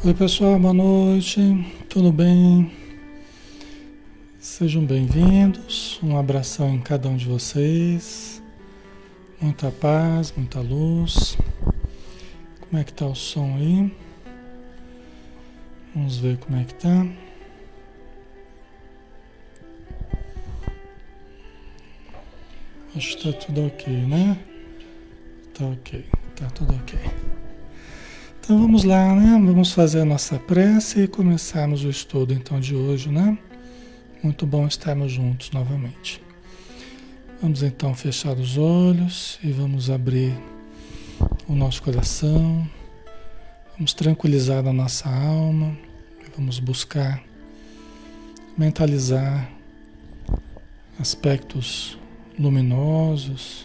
Oi pessoal, boa noite, tudo bem? Sejam bem-vindos, um abração em cada um de vocês, muita paz, muita luz. Como é que tá o som aí? Vamos ver como é que tá. Acho que tá tudo ok, né? Tá ok, tá tudo ok. Então vamos lá, né? Vamos fazer a nossa prece e começarmos o estudo então de hoje, né? Muito bom estarmos juntos novamente. Vamos então fechar os olhos e vamos abrir o nosso coração, vamos tranquilizar a nossa alma, vamos buscar mentalizar aspectos luminosos,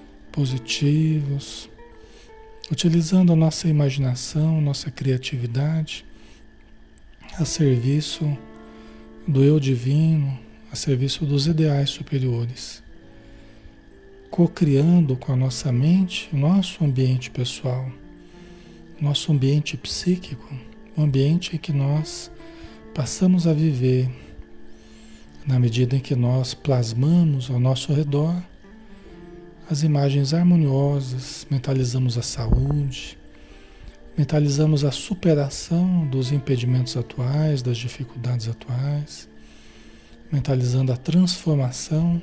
positivos, utilizando a nossa imaginação, nossa criatividade a serviço do eu divino, a serviço dos ideais superiores, co-criando com a nossa mente o nosso ambiente pessoal, nosso ambiente psíquico, o ambiente em que nós passamos a viver, na medida em que nós plasmamos ao nosso redor as imagens harmoniosas, mentalizamos a saúde, mentalizamos a superação dos impedimentos atuais, das dificuldades atuais, mentalizando a transformação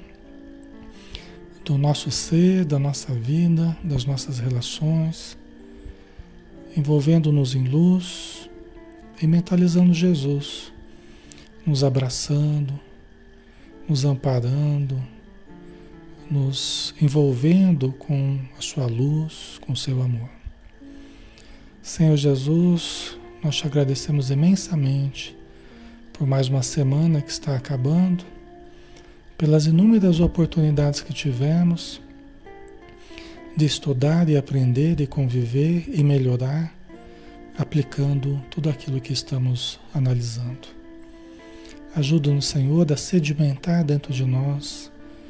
do nosso ser, da nossa vida, das nossas relações, envolvendo-nos em luz e mentalizando Jesus, nos abraçando, nos amparando, nos envolvendo com a sua luz, com o seu amor. Senhor Jesus, nós te agradecemos imensamente por mais uma semana que está acabando, pelas inúmeras oportunidades que tivemos de estudar e aprender e conviver e melhorar, aplicando tudo aquilo que estamos analisando. Ajuda-nos, Senhor, a sedimentar dentro de nós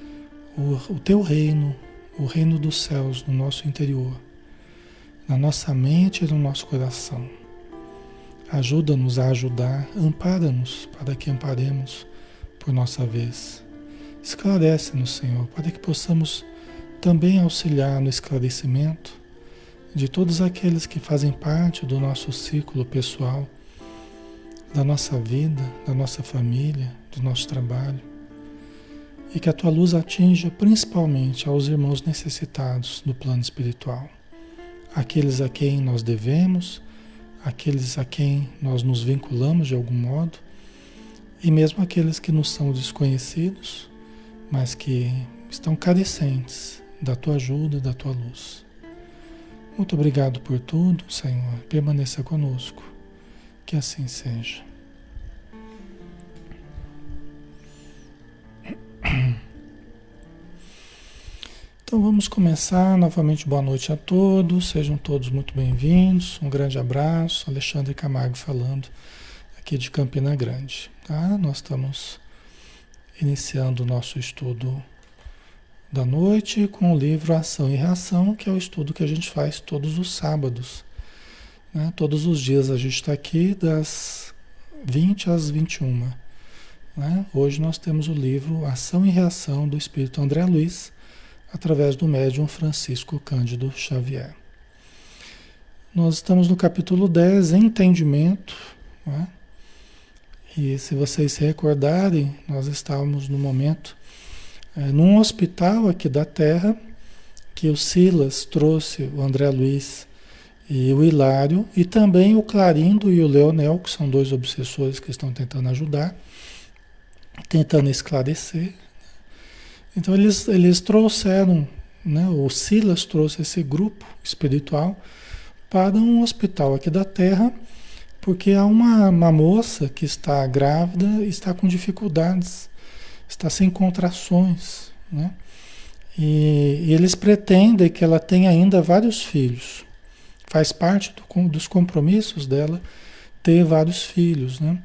o teu reino, o reino dos céus no nosso interior, na nossa mente e no nosso coração. Ajuda-nos a ajudar, ampara-nos para que amparemos por nossa vez. Esclarece-nos, Senhor, para que possamos também auxiliar no esclarecimento de todos aqueles que fazem parte do nosso ciclo pessoal, da nossa vida, da nossa família, do nosso trabalho. E que a tua luz atinja principalmente aos irmãos necessitados do plano espiritual. Aqueles a quem nós devemos, aqueles a quem nós nos vinculamos de algum modo, e mesmo aqueles que nos são desconhecidos, mas que estão carecentes da tua ajuda, da tua luz. Muito obrigado por tudo, Senhor. Permaneça conosco. Que assim seja. Então vamos começar novamente. Boa noite a todos, sejam todos muito bem-vindos. Um grande abraço, Alexandre Camargo falando aqui de Campina Grande. Tá? Nós estamos iniciando o nosso estudo da noite com o livro Ação e Reação, que é o estudo que a gente faz todos os sábados. Né? Todos os dias a gente está aqui das 20 às 21. Né? Hoje nós temos o livro Ação e Reação do Espírito André Luiz, através do médium Francisco Cândido Xavier. Nós estamos no capítulo 10, Entendimento. Né? E se vocês se recordarem, nós estávamos no momento num hospital aqui da Terra, que o Silas trouxe o André Luiz e o Hilário, e também o Clarindo e o Leonel, que são dois obsessores que estão tentando ajudar, tentando esclarecer. Então eles trouxeram, né, o Silas trouxe esse grupo espiritual para um hospital aqui da Terra, porque há uma moça que está grávida e está com dificuldades, está sem contrações, né? E eles pretendem que ela tenha ainda vários filhos. Faz parte dos compromissos dela ter vários filhos, né?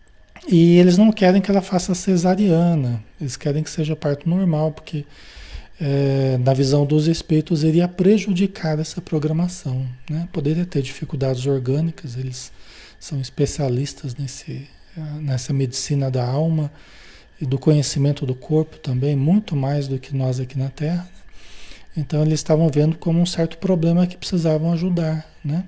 E eles não querem que ela faça cesariana, eles querem que seja parto normal, porque na visão dos espíritos, iria prejudicar essa programação, né? Poderia ter dificuldades orgânicas, eles são especialistas nessa medicina da alma e do conhecimento do corpo também, muito mais do que nós aqui na Terra. Então eles estavam vendo como um certo problema que precisavam ajudar, né?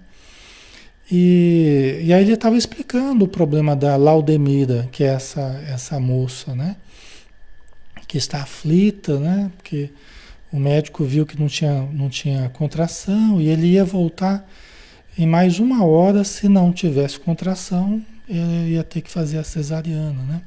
E aí ele estava explicando o problema da Laudemira, que é essa moça, né? Que está aflita, né? Porque o médico viu que não tinha contração e ele ia voltar em mais 1 hora. Se não tivesse contração, ele ia ter que fazer a cesariana, né?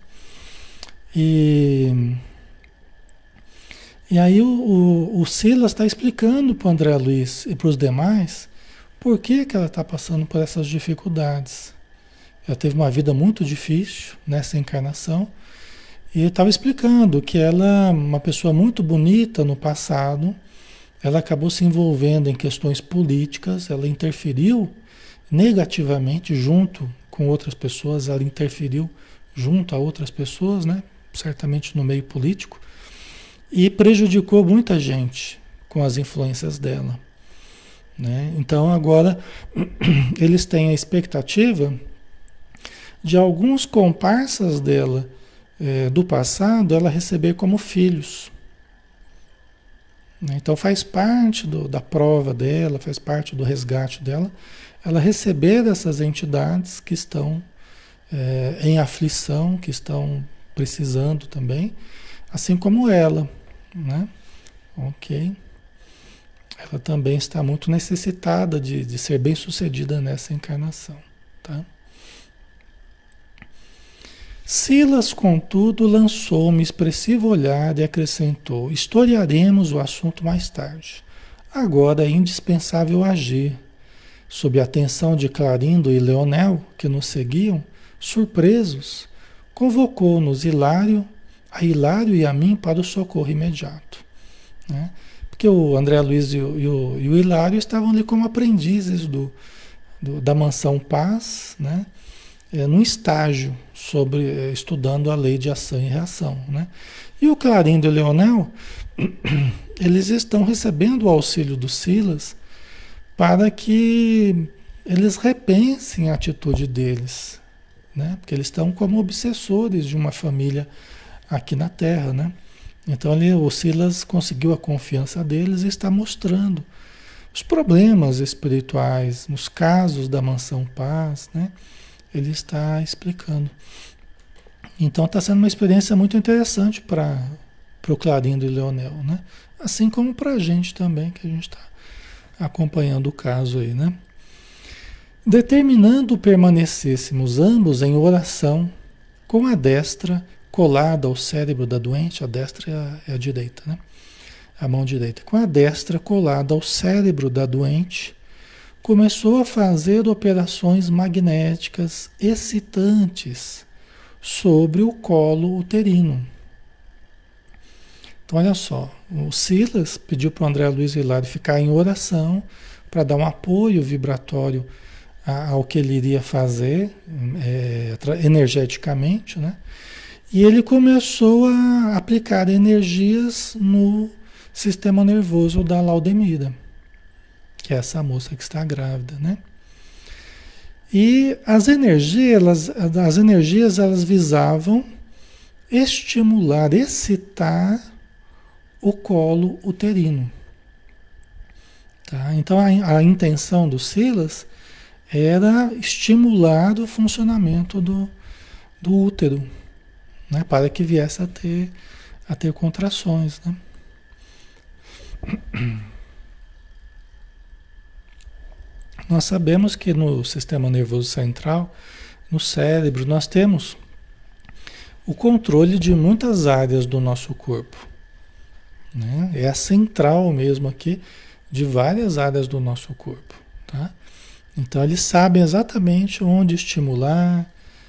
E aí o Silas está explicando para o André Luiz e para os demais por que ela está passando por essas dificuldades. Ela teve uma vida muito difícil nessa encarnação e ele estava explicando que ela, uma pessoa muito bonita no passado, ela acabou se envolvendo em questões políticas, ela interferiu negativamente junto com outras pessoas, ela interferiu junto a outras pessoas, né? Certamente no meio político, e prejudicou muita gente com as influências dela, né? Então agora eles têm a expectativa de alguns comparsas dela do passado ela receber como filhos, né? Então faz parte da prova dela, faz parte do resgate dela, ela receber dessas entidades que estão em aflição, que estão precisando também, assim como ela, né? Ok. Ela também está muito necessitada de ser bem-sucedida nessa encarnação, tá? Silas, contudo, lançou-me expressivo olhar e acrescentou: historiaremos o assunto mais tarde. Agora é indispensável agir. Sob a atenção de Clarindo e Leonel, que nos seguiam, surpresos, convocou-nos a Hilário e a mim para o socorro imediato, né? Porque o André Luiz e o Hilário estavam ali como aprendizes da Mansão Paz, né? Num estágio estudando a lei de ação e reação, né? E o Clarindo e o Leonel, eles estão recebendo o auxílio do Silas para que eles repensem a atitude deles, né? Porque eles estão como obsessores de uma família aqui na Terra, né? Então o Silas conseguiu a confiança deles e está mostrando os problemas espirituais, nos casos da Mansão Paz, né? Ele está explicando. Então está sendo uma experiência muito interessante para o Clarindo e Leonel, né? Assim como para a gente também, que a gente está acompanhando o caso aí, né? Determinando permanecêssemos ambos em oração, com a destra colada ao cérebro da doente, a destra é a direita, né? A mão direita. Com a destra colada ao cérebro da doente, começou a fazer operações magnéticas excitantes sobre o colo uterino. Então, olha só, o Silas pediu para o André Luiz Hilário ficar em oração para dar um apoio vibratório ao que ele iria fazer energeticamente, né? E ele começou a aplicar energias no sistema nervoso da Laudemira, que é essa moça que está grávida, né? E as energias elas visavam estimular, excitar o colo uterino, tá? Então a intenção do Silas era estimular o funcionamento do útero, né? Para que viesse a ter contrações, né? Nós sabemos que no sistema nervoso central, no cérebro, nós temos o controle de muitas áreas do nosso corpo, né? É a central mesmo aqui de várias áreas do nosso corpo, tá? Então eles sabem exatamente onde estimular,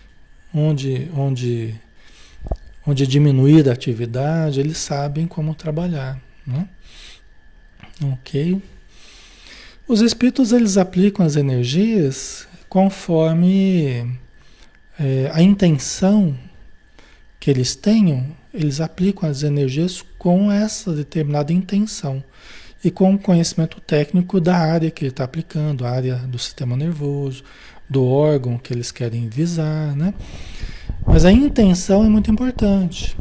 onde diminuir a atividade, eles sabem como trabalhar, né? Ok? Os espíritos eles aplicam as energias conforme a intenção que eles tenham eles aplicam as energias com essa determinada intenção e com o conhecimento técnico da área que ele está aplicando, a área do sistema nervoso, do órgão que eles querem visar, né? Mas a intenção é muito importante,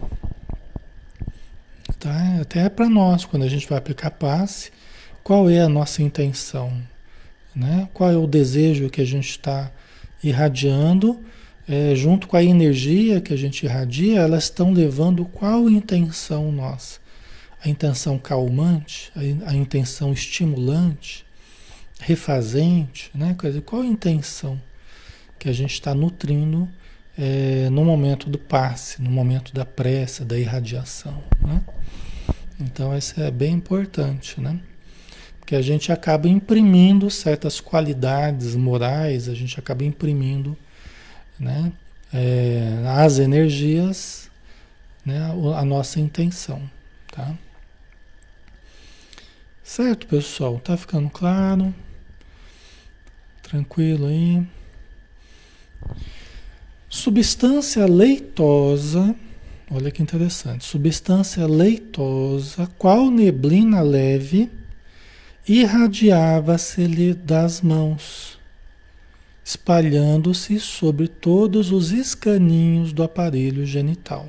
tá? Até para nós, quando a gente vai aplicar passe, qual é a nossa intenção, né? Qual é o desejo que a gente está irradiando, junto com a energia que a gente irradia, elas estão levando qual intenção nossa? A intenção calmante, a intenção estimulante, refazente, né? Quer dizer, qual a intenção que a gente está nutrindo no momento do passe, no momento da prece, da irradiação, né? Então, isso é bem importante, né? Porque a gente acaba imprimindo certas qualidades morais, a gente acaba imprimindo, né, as energias, né, a nossa intenção, tá? Certo, pessoal? Tá ficando claro? Tranquilo aí? Substância leitosa, olha que interessante, substância leitosa, qual neblina leve, irradiava-se-lhe das mãos, espalhando-se sobre todos os escaninhos do aparelho genital.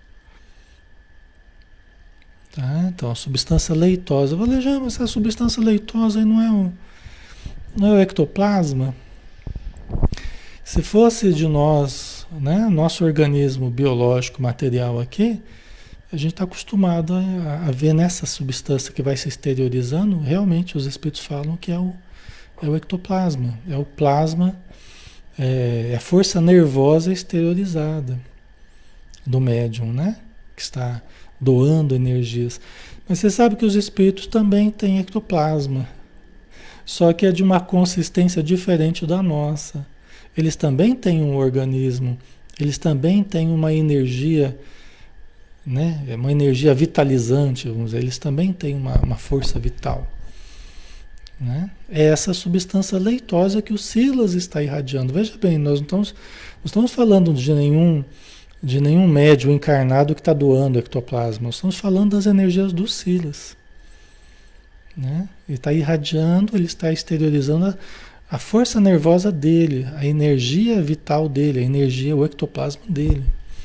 Tá? Então, a substância leitosa. Eu falei, já, mas essa substância leitosa aí não é o ectoplasma? Se fosse de nós, né, nosso organismo biológico material aqui, a gente está acostumado a ver nessa substância que vai se exteriorizando, realmente os espíritos falam que é o ectoplasma, é o plasma, é a força nervosa exteriorizada do médium, né? Que está doando energias. Mas você sabe que os espíritos também têm ectoplasma, só que é de uma consistência diferente da nossa. Eles também têm um organismo, eles também têm uma energia, né? É uma energia vitalizante, vamos dizer. Eles também têm uma força vital, né? É essa substância leitosa que o Silas está irradiando. Veja bem, nós não estamos falando de nenhum médium encarnado que está doando ectoplasma. Nós estamos falando das energias do Silas, né? Ele está irradiando, ele está exteriorizando a força nervosa dele, a energia vital dele, a energia, o ectoplasma dele,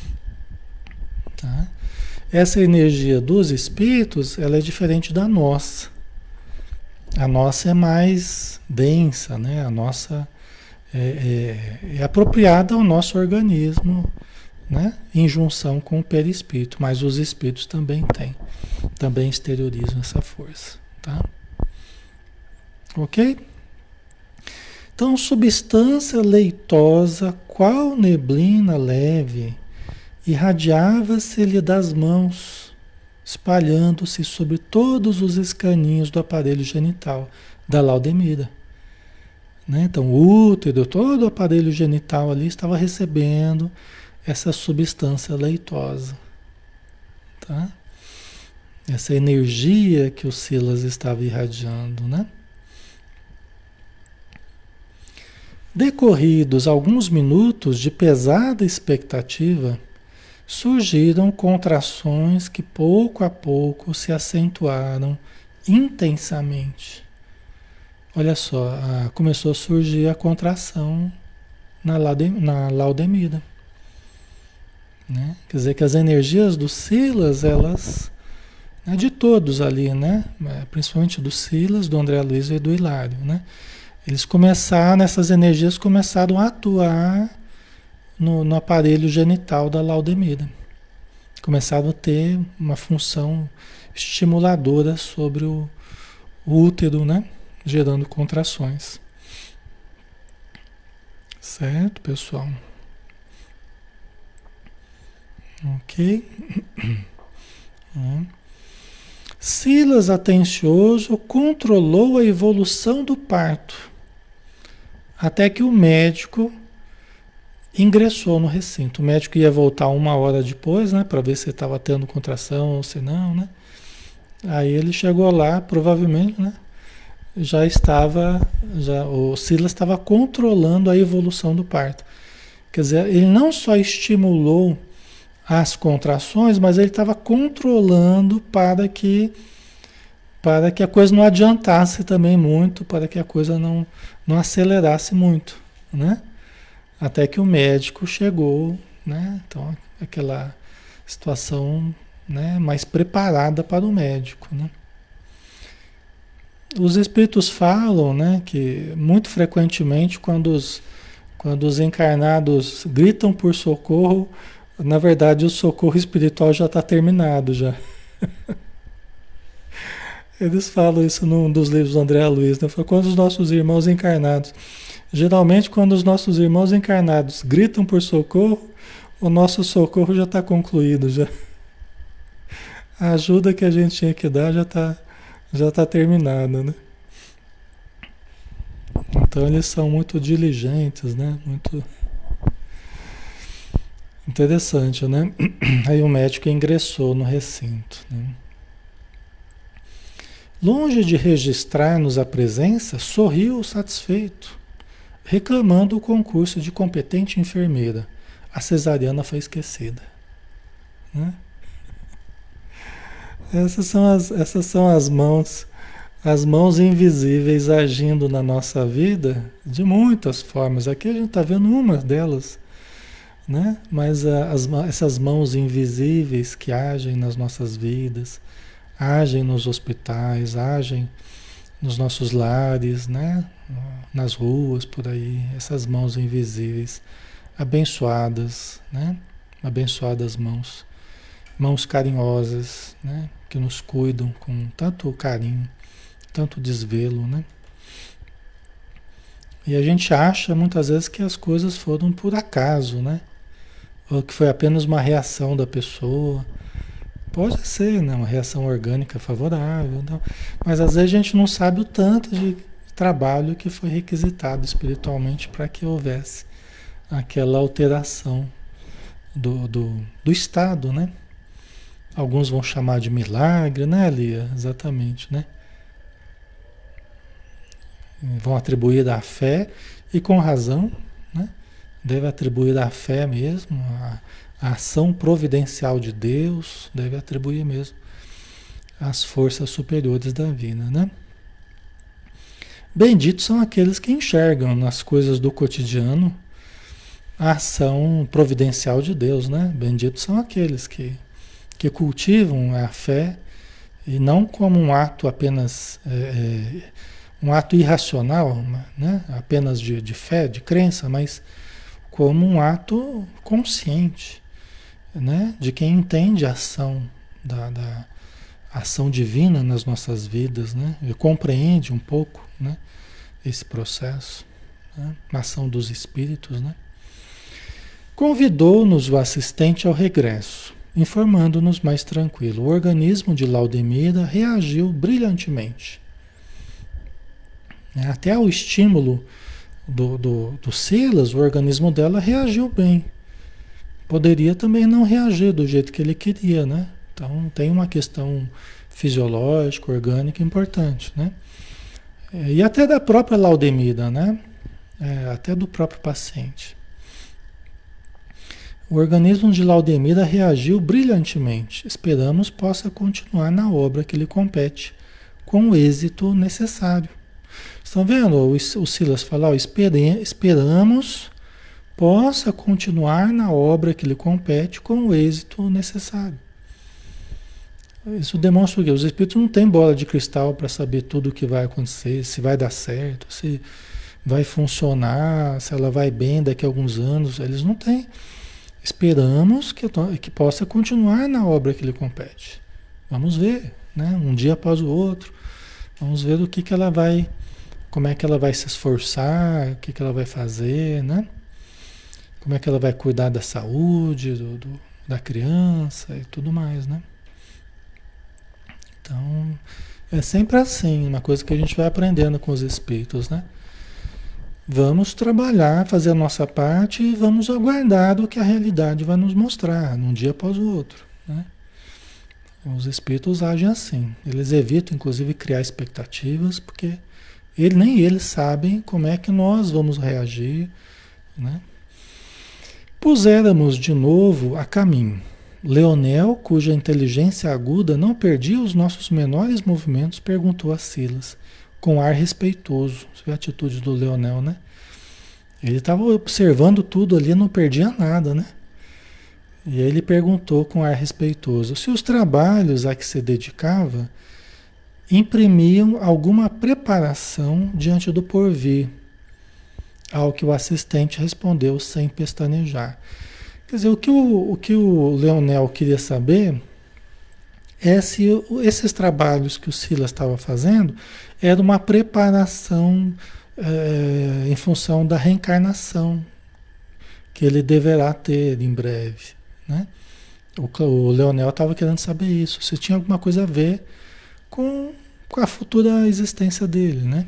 tá? Essa energia dos espíritos, ela é diferente da nossa. A nossa é mais densa, né? A nossa é apropriada ao nosso organismo, né? Em junção com o perispírito, mas os espíritos também também exteriorizam essa força, tá? Ok? Então, substância leitosa, qual neblina leve, irradiava-se-lhe das mãos, espalhando-se sobre todos os escaninhos do aparelho genital da Laudemira, né? Então, o útero, todo o aparelho genital ali estava recebendo essa substância leitosa, tá? Essa energia que o Silas estava irradiando, né? Decorridos alguns minutos de pesada expectativa, surgiram contrações que pouco a pouco se acentuaram intensamente. Olha só, começou a surgir a contração na Laudemira, né? Quer dizer que as energias do Silas, elas, né, de todos ali, né? Principalmente do Silas, do André Luiz e do Hilário, né? Essas energias começaram a atuar no aparelho genital da Laudemira. Começaram a ter uma função estimuladora sobre o útero, né? Gerando contrações. Certo, pessoal? Ok? Silas, atencioso, controlou a evolução do parto, até que o médico ingressou no recinto. O médico ia voltar 1 hora depois, né, para ver se estava tendo contração ou se não, né? Aí ele chegou lá, provavelmente, né, o Silas estava controlando a evolução do parto. Quer dizer, ele não só estimulou as contrações, mas ele estava controlando para que a coisa não adiantasse também muito, para que a coisa não acelerasse muito, né? Até que o médico chegou, né? Então, aquela situação, né, mais preparada para o médico, né? Os espíritos falam, né, que muito frequentemente quando os encarnados gritam por socorro, na verdade o socorro espiritual já está terminado já. Eles falam isso num dos livros do André Luiz, né? Falam, quando os nossos irmãos encarnados, geralmente quando os nossos irmãos encarnados gritam por socorro, o nosso socorro já está concluído, já. A ajuda que a gente tinha que dar já tá terminada, né? Então eles são muito diligentes, né? Muito interessante, né? Aí o médico ingressou no recinto, né? Longe de registrar-nos a presença, sorriu satisfeito, reclamando o concurso de competente enfermeira. A cesariana foi esquecida, né? Essas são as mãos invisíveis agindo na nossa vida de muitas formas. Aqui a gente está vendo uma delas, né? Mas essas mãos invisíveis que agem nas nossas vidas, agem nos hospitais, agem nos nossos lares, né? Nas ruas, por aí, essas mãos invisíveis, abençoadas, né? Abençoadas mãos, mãos carinhosas, né? Que nos cuidam com tanto carinho, tanto desvelo, né? E a gente acha muitas vezes que as coisas foram por acaso, né? Ou que foi apenas uma reação da pessoa. Pode ser, né? Uma reação orgânica favorável, não. Mas às vezes a gente não sabe o tanto de trabalho que foi requisitado espiritualmente para que houvesse aquela alteração do estado, né? Alguns vão chamar de milagre, né, Lia? Exatamente, né? Vão atribuir à fé e com razão, né? Deve atribuir à fé mesmo, a ação providencial de Deus, deve atribuir mesmo às forças superiores da vida, né? Benditos são aqueles que enxergam nas coisas do cotidiano a ação providencial de Deus, né? Benditos são aqueles que cultivam a fé e não como um ato apenas um ato irracional, né? Apenas de fé, de crença, mas como um ato consciente, né? De quem entende a ação da ação divina nas nossas vidas, né? E compreende um pouco, né? Esse processo, né? A ação dos espíritos, né? Convidou-nos o assistente ao regresso, informando-nos mais tranquilo. O organismo de Laudemira reagiu brilhantemente. Até ao estímulo do Silas, o organismo dela reagiu bem. Poderia também não reagir do jeito que ele queria, né? Então tem uma questão fisiológica, orgânica importante, né? E até da própria Laudemira, né? Até do próprio paciente. O organismo de Laudemira reagiu brilhantemente. Esperamos possa continuar na obra que lhe compete, com o êxito necessário. Estão vendo? O Silas fala, esperamos possa continuar na obra que lhe compete com o êxito necessário. Isso demonstra o quê? Os espíritos não têm bola de cristal para saber tudo o que vai acontecer, se vai dar certo, se vai funcionar, se ela vai bem daqui a alguns anos. Eles não têm. Esperamos que possa continuar na obra que lhe compete. Vamos ver, né? Um dia após o outro. Vamos ver o que ela vai, como é que ela vai se esforçar, o que ela vai fazer, né? Como é que ela vai cuidar da saúde, da criança e tudo mais, né? Então, é sempre assim, uma coisa que a gente vai aprendendo com os espíritos, né? Vamos trabalhar, fazer a nossa parte e vamos aguardar o que a realidade vai nos mostrar, num dia após o outro, né? Os espíritos agem assim. Eles evitam, inclusive, criar expectativas, porque nem eles sabem como é que nós vamos reagir, né? Puséramos de novo a caminho. Leonel, cuja inteligência aguda não perdia os nossos menores movimentos, perguntou a Silas, com ar respeitoso. Você vê a atitude do Leonel, né? Ele estava observando tudo ali, não perdia nada, né? E ele perguntou com ar respeitoso se os trabalhos a que se dedicava imprimiam alguma preparação diante do porvir, ao que o assistente respondeu sem pestanejar. Quer dizer, o que o Leonel queria saber é se esses trabalhos que o Silas estava fazendo era uma preparação em função da reencarnação que ele deverá ter em breve, né? O Leonel estava querendo saber isso, se tinha alguma coisa a ver com a futura existência dele, né?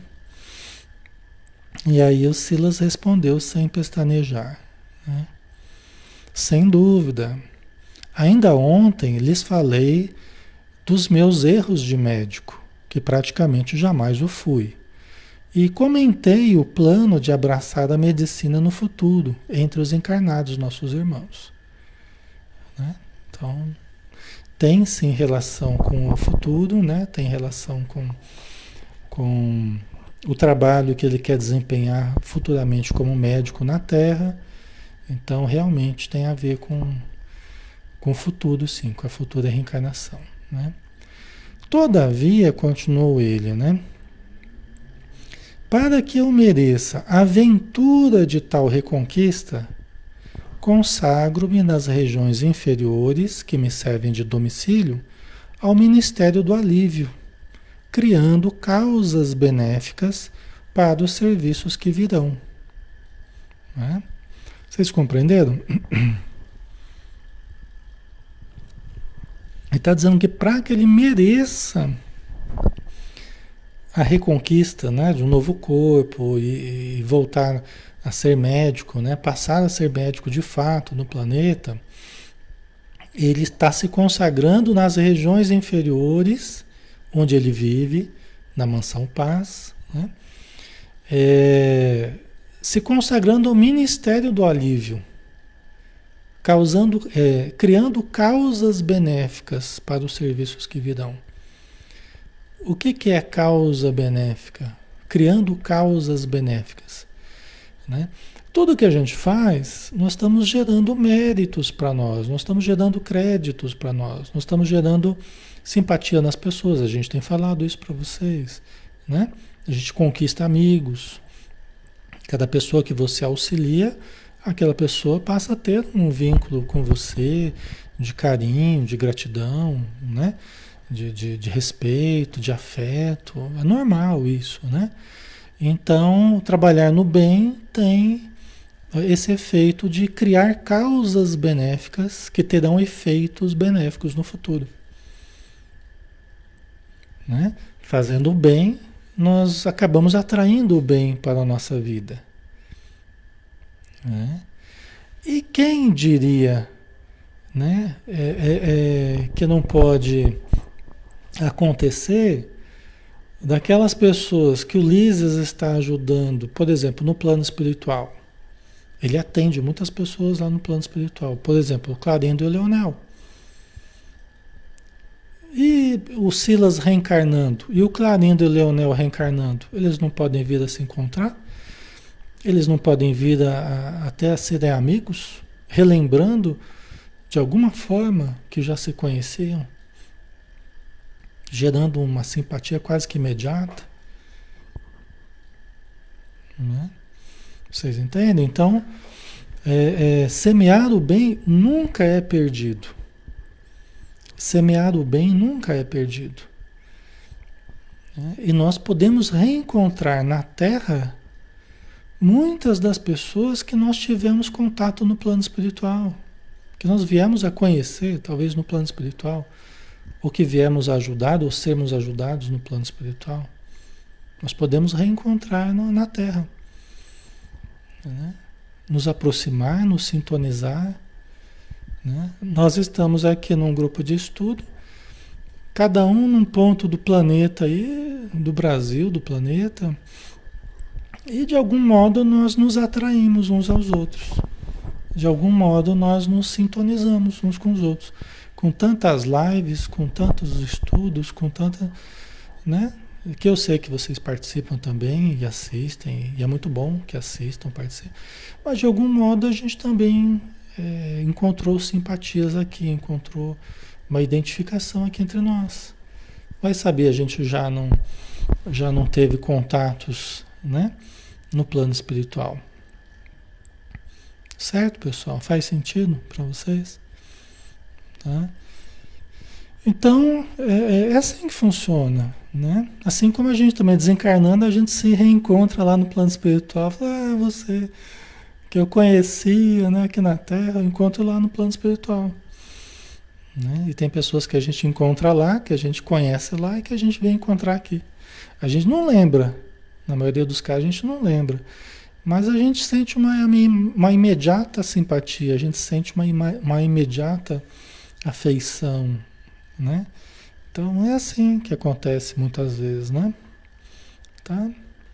E aí o Silas respondeu sem pestanejar, né? Sem dúvida. Ainda ontem lhes falei dos meus erros de médico, que praticamente jamais o fui. E comentei o plano de abraçar a medicina no futuro, entre os encarnados, nossos irmãos, né? Então, tem sim relação com o futuro, né? Tem relação com o trabalho que ele quer desempenhar futuramente como médico na Terra. Então, realmente tem a ver com o futuro, sim, com a futura reencarnação, né? Todavia, continuou ele, né? Para que eu mereça a ventura de tal reconquista, consagro-me nas regiões inferiores, que me servem de domicílio, ao Ministério do Alívio, criando causas benéficas para os serviços que virão, né? Vocês compreenderam? Ele está dizendo que para que ele mereça a reconquista, né, de um novo corpo e voltar a ser médico, né, passar a ser médico de fato no planeta, ele está se consagrando nas regiões inferiores, onde ele vive, na Mansão Paz, né, se consagrando ao Ministério do Alívio, criando causas benéficas para os serviços que virão. O que é causa benéfica? Criando causas benéficas, né? Tudo que a gente faz, nós estamos gerando méritos para nós estamos gerando créditos para nós estamos gerando simpatia nas pessoas. A gente tem falado isso para vocês, né? A gente conquista amigos. Cada pessoa que você auxilia, aquela pessoa passa a ter um vínculo com você de carinho, de gratidão, né? De respeito, de afeto. É normal isso, né? Então, trabalhar no bem tem esse efeito de criar causas benéficas que terão efeitos benéficos no futuro, né? Fazendo o bem, nós acabamos atraindo o bem para a nossa vida, né? E quem diria, né, que não pode acontecer daquelas pessoas que o Lísias está ajudando, por exemplo, no plano espiritual. Ele atende muitas pessoas lá no plano espiritual. Por exemplo, o Clarindo e o Leonel. E o Silas reencarnando, e o Clarindo e o Leonel reencarnando, eles não podem vir a se encontrar? Eles não podem vir até a serem amigos, relembrando de alguma forma que já se conheciam, gerando uma simpatia quase que imediata, né? Vocês entendem? Então, semear o bem nunca é perdido. Semear o bem nunca é perdido, né? E nós podemos reencontrar na Terra muitas das pessoas que nós tivemos contato no plano espiritual, que nós viemos a conhecer, talvez no plano espiritual, ou que viemos a ajudar, ou sermos ajudados no plano espiritual. Nós podemos reencontrar na Terra, né? Nos aproximar, nos sintonizar, né? Nós estamos aqui num grupo de estudo, cada um num ponto do planeta aí, do Brasil, do planeta, e de algum modo nós nos atraímos uns aos outros, de algum modo nós nos sintonizamos uns com os outros. Com tantas lives, com tantos estudos, com tanta, né? Que eu sei que vocês participam também e assistem, e é muito bom que assistam, participem. Mas de algum modo a gente também encontrou simpatias aqui, encontrou uma identificação aqui entre nós. Vai saber, a gente já não teve contatos, né, no plano espiritual. Certo, pessoal? Faz sentido para vocês? Tá? Então, é assim que funciona, né? Assim como a gente também desencarnando, a gente se reencontra lá no plano espiritual. Fala, você que eu conhecia, né, aqui na Terra, eu encontro lá no plano espiritual. Né? E tem pessoas que a gente encontra lá, que a gente conhece lá e que a gente vem encontrar aqui. A gente não lembra, na maioria dos casos a gente não lembra, mas a gente sente uma imediata simpatia, a gente sente uma imediata afeição, né? Então é assim que acontece muitas vezes, né? Tá?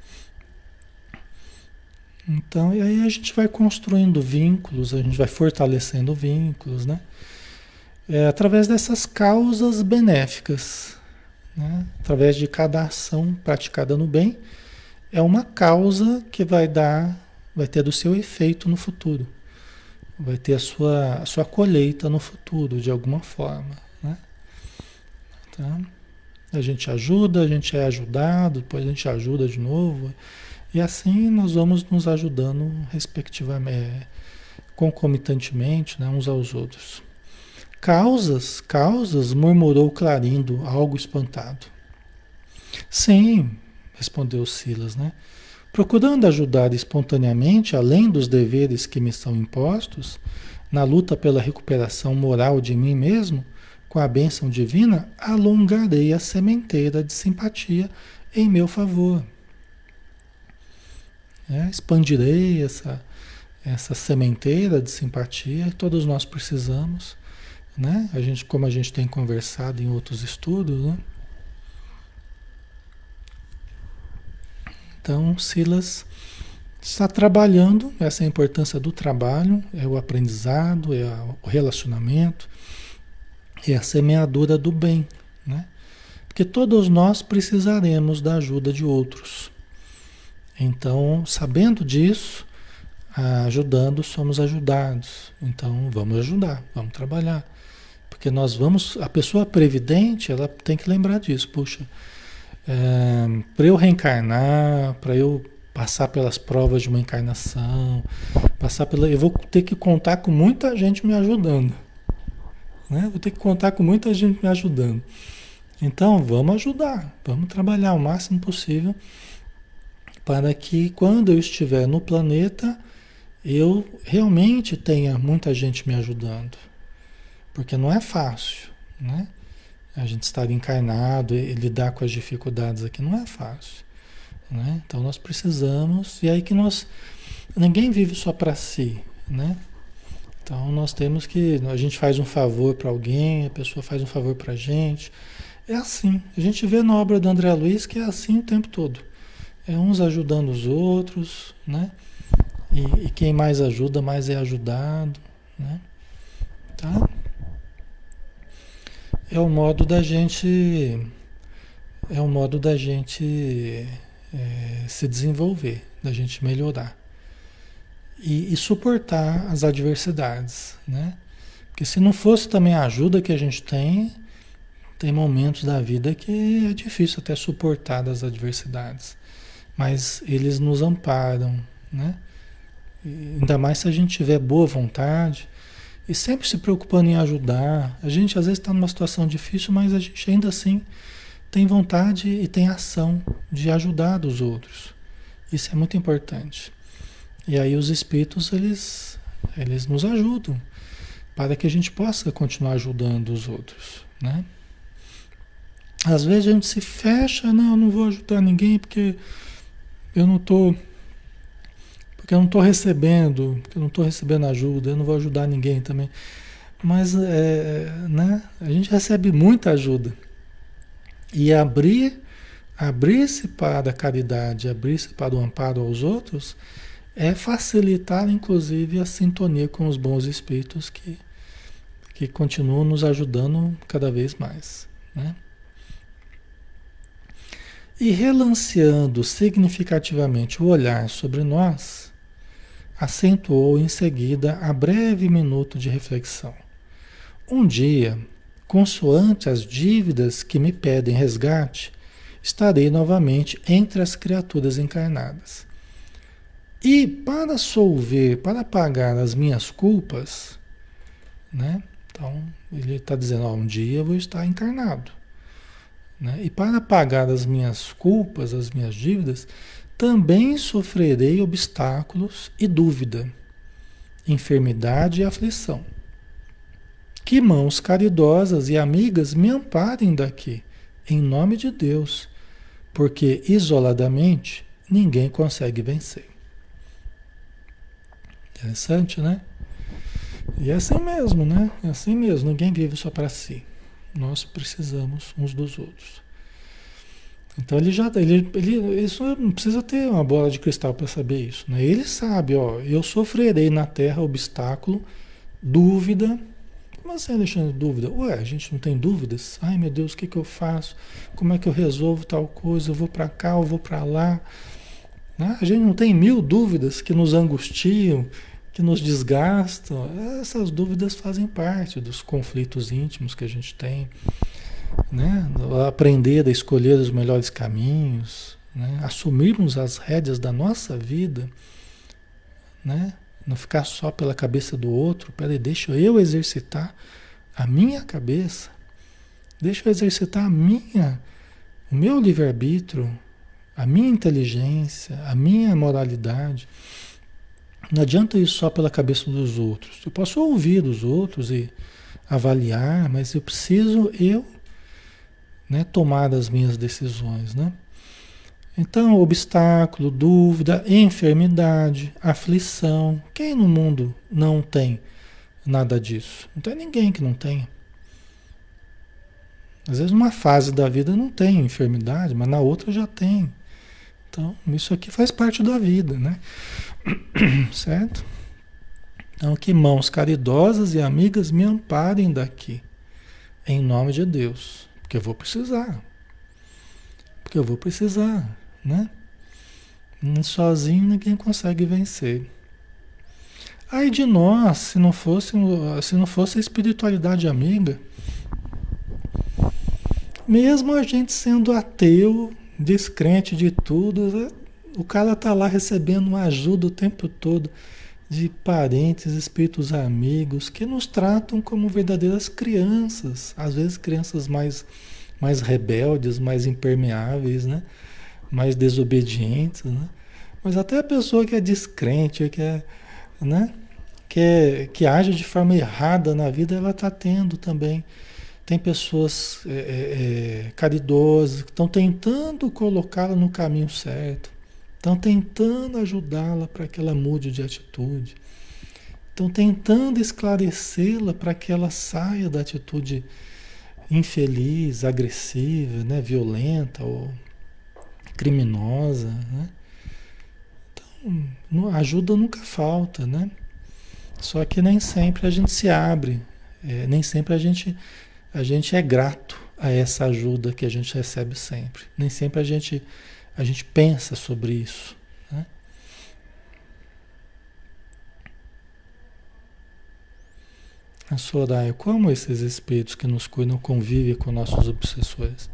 Então, e aí a gente vai construindo vínculos, a gente vai fortalecendo vínculos, né? Através dessas causas benéficas, né? Através de cada ação praticada no bem, é uma causa que vai ter o seu efeito no futuro, vai ter a sua colheita no futuro, de alguma forma, né? Tá? A gente ajuda, a gente é ajudado, depois a gente ajuda de novo, e assim nós vamos nos ajudando respectivamente, concomitantemente, né, uns aos outros. Causas, murmurou Clarindo, algo espantado. Sim, respondeu Silas, né? Procurando ajudar espontaneamente, além dos deveres que me são impostos, na luta pela recuperação moral de mim mesmo, com a bênção divina, alongarei a sementeira de simpatia em meu favor. Expandirei essa sementeira de simpatia que todos nós precisamos, né? Como a gente tem conversado em outros estudos, né? Então, Silas está trabalhando, essa é a importância do trabalho, é o aprendizado, é o relacionamento, é a semeadura do bem, né? Porque todos nós precisaremos da ajuda de outros. Então, sabendo disso, ajudando, somos ajudados. Então, vamos ajudar, vamos trabalhar. Porque a pessoa previdente, ela tem que lembrar disso. Puxa, para eu reencarnar, para eu passar pelas provas de uma encarnação, eu vou ter que contar com muita gente me ajudando, né? Vou ter que contar com muita gente me ajudando. Então, vamos ajudar, vamos trabalhar o máximo possível para que quando eu estiver no planeta, eu realmente tenha muita gente me ajudando. Porque não é fácil, né? A gente estar encarnado e lidar com as dificuldades aqui não é fácil, né? Então nós precisamos, e aí que ninguém vive só para si, né? Então nós temos a gente faz um favor para alguém, a pessoa faz um favor para a gente. É assim, a gente vê na obra do André Luiz que é assim o tempo todo. É uns ajudando os outros, né? E quem mais ajuda, mais é ajudado, né? Tá? É o modo da gente se desenvolver, da gente melhorar e suportar as adversidades, né? Porque se não fosse também a ajuda que a gente tem momentos da vida que é difícil até suportar as adversidades, mas eles nos amparam, né? E ainda mais se a gente tiver boa vontade e sempre se preocupando em ajudar. A gente às vezes está numa situação difícil, mas a gente ainda assim tem vontade e tem ação de ajudar os outros. Isso é muito importante. E aí os espíritos, eles nos ajudam para que a gente possa continuar ajudando os outros, né? Às vezes a gente se fecha, não, eu não vou ajudar ninguém porque eu não estou recebendo, porque eu não estou recebendo ajuda, eu não vou ajudar ninguém também. Mas né, a gente recebe muita ajuda. E abrir-se para a caridade, abrir-se para o amparo aos outros, é facilitar, inclusive, a sintonia com os bons espíritos que continuam nos ajudando cada vez mais, né? E relanceando significativamente o olhar sobre nós, acentuou em seguida a breve minuto de reflexão. Um dia, consoante as dívidas que me pedem resgate, estarei novamente entre as criaturas encarnadas. E para solver, para pagar as minhas culpas, né? Então, ele está dizendo, ó, um dia eu vou estar encarnado, né? E para pagar as minhas culpas, as minhas dívidas, também sofrerei obstáculos e dúvida, enfermidade e aflição. Que mãos caridosas e amigas me amparem daqui, em nome de Deus, porque isoladamente ninguém consegue vencer. Interessante, né? E é assim mesmo, né? É assim mesmo, ninguém vive só para si. Nós precisamos uns dos outros. Então isso não precisa ter uma bola de cristal para saber isso, né? Ele sabe, ó, eu sofrerei na Terra obstáculo, dúvida. Como assim, Alexandre, dúvida? Ué, a gente não tem dúvidas? Ai, meu Deus, o que que eu faço? Como é que eu resolvo tal coisa? Eu vou para cá, eu vou para lá, né? A gente não tem mil dúvidas que nos angustiam, que nos desgastam. Essas dúvidas fazem parte dos conflitos íntimos que a gente tem, né? Aprender a escolher os melhores caminhos, né? Assumirmos as rédeas da nossa vida, né? Não ficar só pela cabeça do outro. Peraí, deixa eu exercitar a minha cabeça, deixa eu exercitar o meu livre-arbítrio, a minha inteligência, a minha moralidade. Não adianta ir só pela cabeça dos outros. Eu posso ouvir dos outros e avaliar, mas eu preciso né, tomar as minhas decisões, né? Então, obstáculo, dúvida, enfermidade, aflição. Quem no mundo não tem nada disso? Não tem ninguém que não tenha. Às vezes, numa fase da vida não tem enfermidade, mas na outra já tem. Então, isso aqui faz parte da vida, né? Certo? Então, que mãos caridosas e amigas me amparem daqui, em nome de Deus, porque eu vou precisar. Porque eu vou precisar, né? Sozinho ninguém consegue vencer. Ai de nós, se não fosse a espiritualidade amiga, mesmo a gente sendo ateu, descrente de tudo, né? O cara tá lá recebendo uma ajuda o tempo todo de parentes, espíritos amigos, que nos tratam como verdadeiras crianças, às vezes crianças mais rebeldes, mais impermeáveis, né? Mais desobedientes, né? Mas até a pessoa que é descrente, né? Que age de forma errada na vida, ela está tendo também. Tem pessoas caridosas que estão tentando colocá-la no caminho certo, estão tentando ajudá-la para que ela mude de atitude, estão tentando esclarecê-la para que ela saia da atitude infeliz, agressiva, né, violenta ou criminosa, né? Então, ajuda nunca falta, né? Só que nem sempre a gente se abre, nem sempre a gente é grato a essa ajuda que a gente recebe sempre. Nem sempre a gente pensa sobre isso, né? A Soraya, como esses espíritos que nos cuidam convivem com nossos obsessores?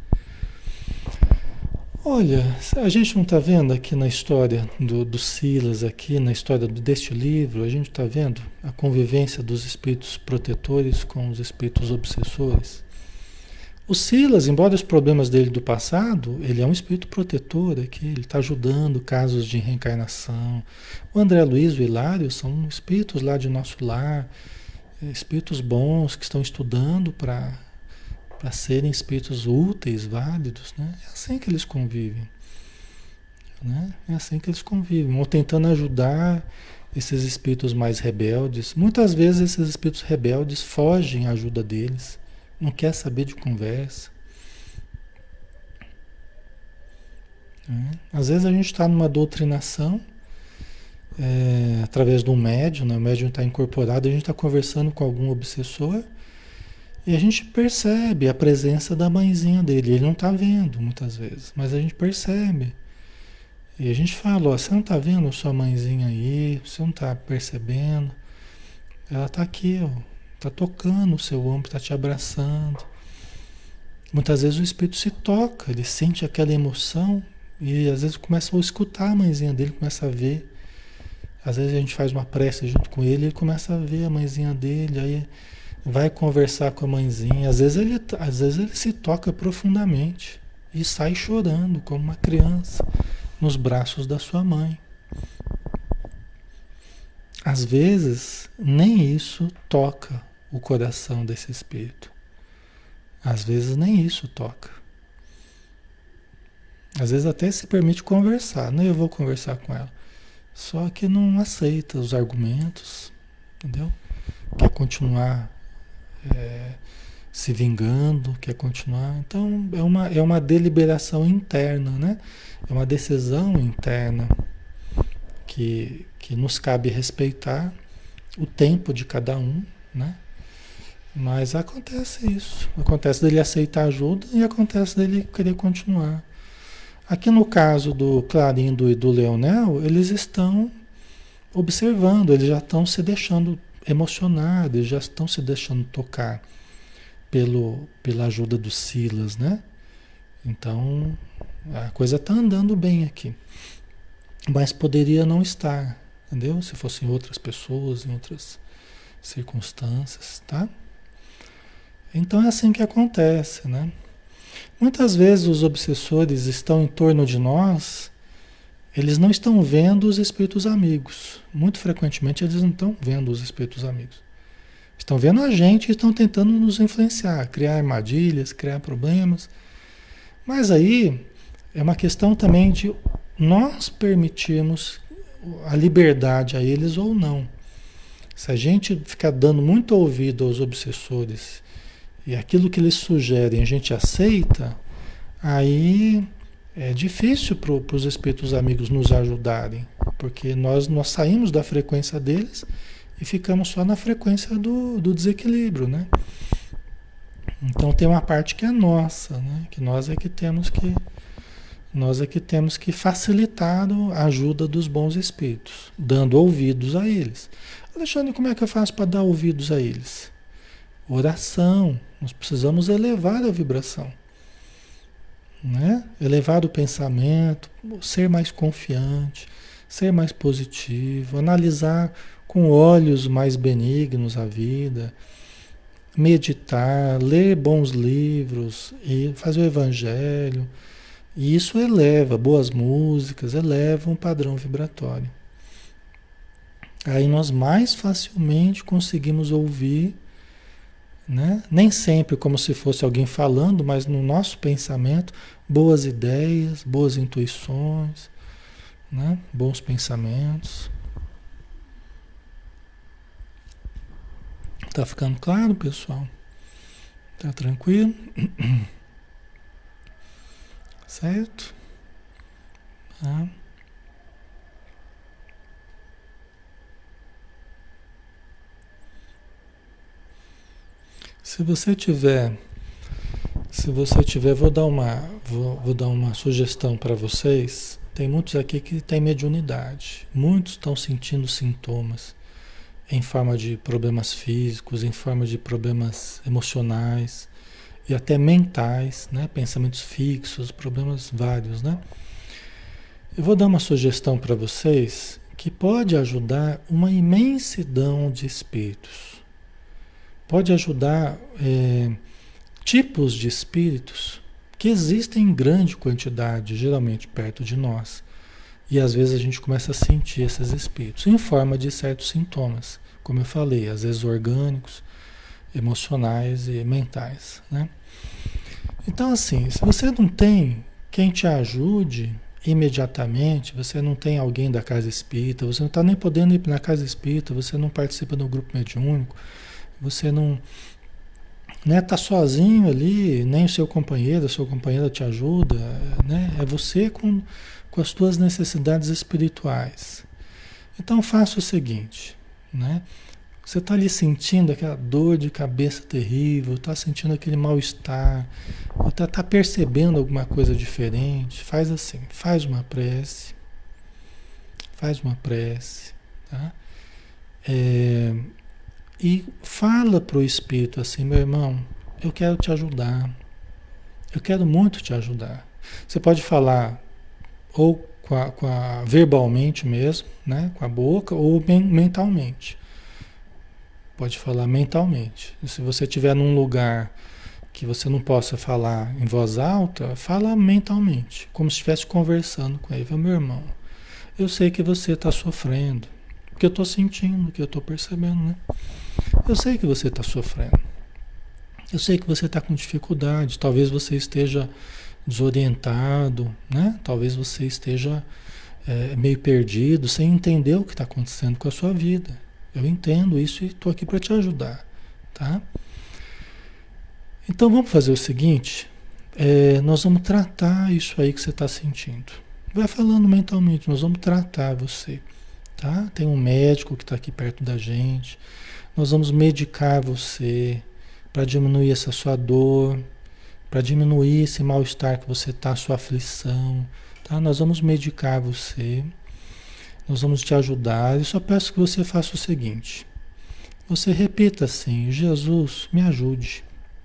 Olha, a gente não está vendo aqui na história do Silas, aqui na história deste livro, a gente está vendo a convivência dos espíritos protetores com os espíritos obsessores. O Silas, embora os problemas dele do passado, ele é um espírito protetor aqui, ele está ajudando casos de reencarnação. O André Luiz e o Hilário são espíritos lá de nosso lar, espíritos bons que estão estudando para serem espíritos úteis, válidos, né? É assim que eles convivem, né? É assim que eles convivem, ou tentando ajudar esses espíritos mais rebeldes. Muitas vezes esses espíritos rebeldes fogem à ajuda deles, não quer saber de conversa, né? Às vezes a gente está numa doutrinação, através de um médium, né? O médium está incorporado, a gente está conversando com algum obsessor e a gente percebe a presença da mãezinha dele. Ele não está vendo muitas vezes, mas a gente percebe. E a gente fala, ó, você não está vendo sua mãezinha aí, você não está percebendo. Ela está aqui, ó, está tocando o seu ombro, está te abraçando. Muitas vezes o espírito se toca, ele sente aquela emoção e às vezes começa a escutar a mãezinha dele, começa a ver. Às vezes a gente faz uma prece junto com ele, ele começa a ver a mãezinha dele, aí vai conversar com a mãezinha. Às vezes ele se toca profundamente e sai chorando como uma criança nos braços da sua mãe. Às vezes nem isso toca o coração desse espírito. Às vezes nem isso toca. Às vezes até se permite conversar, né? Eu vou conversar com ela. Só que não aceita os argumentos, entendeu? Quer continuar se vingando, quer continuar. Então é uma deliberação interna, né? É uma decisão interna que nos cabe respeitar o tempo de cada um, né? Mas acontece isso. Acontece dele aceitar ajuda e acontece dele querer continuar. Aqui no caso do Clarindo e do Leonel, eles estão observando, eles já estão se deixando emocionar, eles já estão se deixando tocar pela ajuda do Silas, né? Então, a coisa está andando bem aqui. Mas poderia não estar, entendeu? Se fossem outras pessoas, em outras circunstâncias, tá? Então é assim que acontece, né? Muitas vezes os obsessores estão em torno de nós, eles não estão vendo os espíritos amigos. Muito frequentemente eles não estão vendo os espíritos amigos. Estão vendo a gente e estão tentando nos influenciar, criar armadilhas, criar problemas. Mas aí é uma questão também de nós permitirmos a liberdade a eles ou não. Se a gente ficar dando muito ouvido aos obsessores e aquilo que eles sugerem a gente aceita, aí é difícil para os espíritos amigos nos ajudarem, porque nós saímos da frequência deles e ficamos só na frequência do desequilíbrio, né? Então tem uma parte que é nossa, né? Que nós é que temos que facilitar a ajuda dos bons espíritos, dando ouvidos a eles. Alexandre, como é que eu faço para dar ouvidos a eles? Oração. Nós precisamos elevar a vibração, né? Elevar o pensamento, ser mais confiante, ser mais positivo, analisar com olhos mais benignos a vida, meditar, ler bons livros e fazer o evangelho. E isso eleva, boas músicas, eleva um padrão vibratório. Aí nós mais facilmente conseguimos ouvir, né? Nem sempre como se fosse alguém falando, mas no nosso pensamento, boas ideias, boas intuições, né? Bons pensamentos. Tá ficando claro, pessoal? Tá tranquilo? Certo? Tá? Se você tiver, vou dar uma sugestão para vocês. Tem muitos aqui que têm mediunidade. Muitos estão sentindo sintomas em forma de problemas físicos, em forma de problemas emocionais e até mentais, né? Pensamentos fixos, problemas vários, né? Eu vou dar uma sugestão para vocês que pode ajudar uma imensidão de espíritos. Pode ajudar tipos de espíritos que existem em grande quantidade, geralmente perto de nós. E às vezes a gente começa a sentir esses espíritos em forma de certos sintomas, como eu falei, às vezes orgânicos, emocionais e mentais, né? Então assim, se você não tem quem te ajude imediatamente, você não tem alguém da casa espírita, você não está nem podendo ir na casa espírita, você não participa do grupo mediúnico, você não, né, tá sozinho ali, nem o seu companheiro, a sua companheira te ajuda, né? É você com as tuas necessidades espirituais. Então faça o seguinte, né? Você está ali sentindo aquela dor de cabeça terrível, está sentindo aquele mal-estar, está percebendo alguma coisa diferente, faz assim, faz uma prece, tá? É, e fala para o Espírito assim, meu irmão, eu quero te ajudar, eu quero muito te ajudar. Você pode falar ou verbalmente mesmo, né, com a boca, ou mentalmente. Pode falar mentalmente. Se você estiver num lugar que você não possa falar em voz alta, fala mentalmente, como se estivesse conversando com ele. Meu irmão, eu sei que você está sofrendo, porque eu estou sentindo, que eu estou percebendo, né? Eu sei que você está sofrendo. Eu sei que você está com dificuldade. Talvez você esteja desorientado, né? Talvez você esteja meio perdido, sem entender o que está acontecendo com a sua vida. Eu entendo isso e estou aqui para te ajudar, tá? Então vamos fazer o seguinte, nós vamos tratar isso aí que você está sentindo. Vai falando mentalmente, nós vamos tratar você, tá? Tem um médico que está aqui perto da gente, nós vamos medicar você para diminuir essa sua dor, para diminuir esse mal-estar que você está, sua aflição, tá? Nós vamos medicar você, nós vamos te ajudar. Eu só peço que você faça o seguinte, você repita assim, Jesus, me ajude.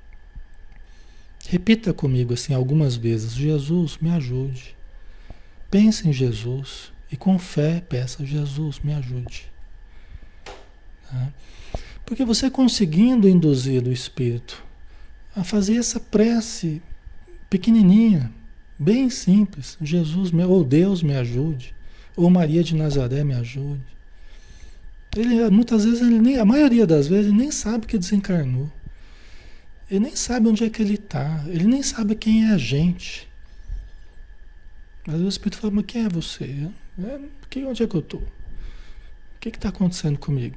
Repita comigo assim algumas vezes, Jesus, me ajude. Pense em Jesus e com fé peça, Jesus, me ajude. Tá? Porque você conseguindo induzir o Espírito a fazer essa prece pequenininha, bem simples, Jesus, ou Deus me ajude, ou Maria de Nazaré me ajude. Muitas vezes, a maioria das vezes, ele nem sabe que desencarnou. Ele nem sabe onde é que ele está, ele nem sabe quem é a gente. Mas o Espírito fala, mas quem é você? Onde é que eu estou? O que está acontecendo comigo?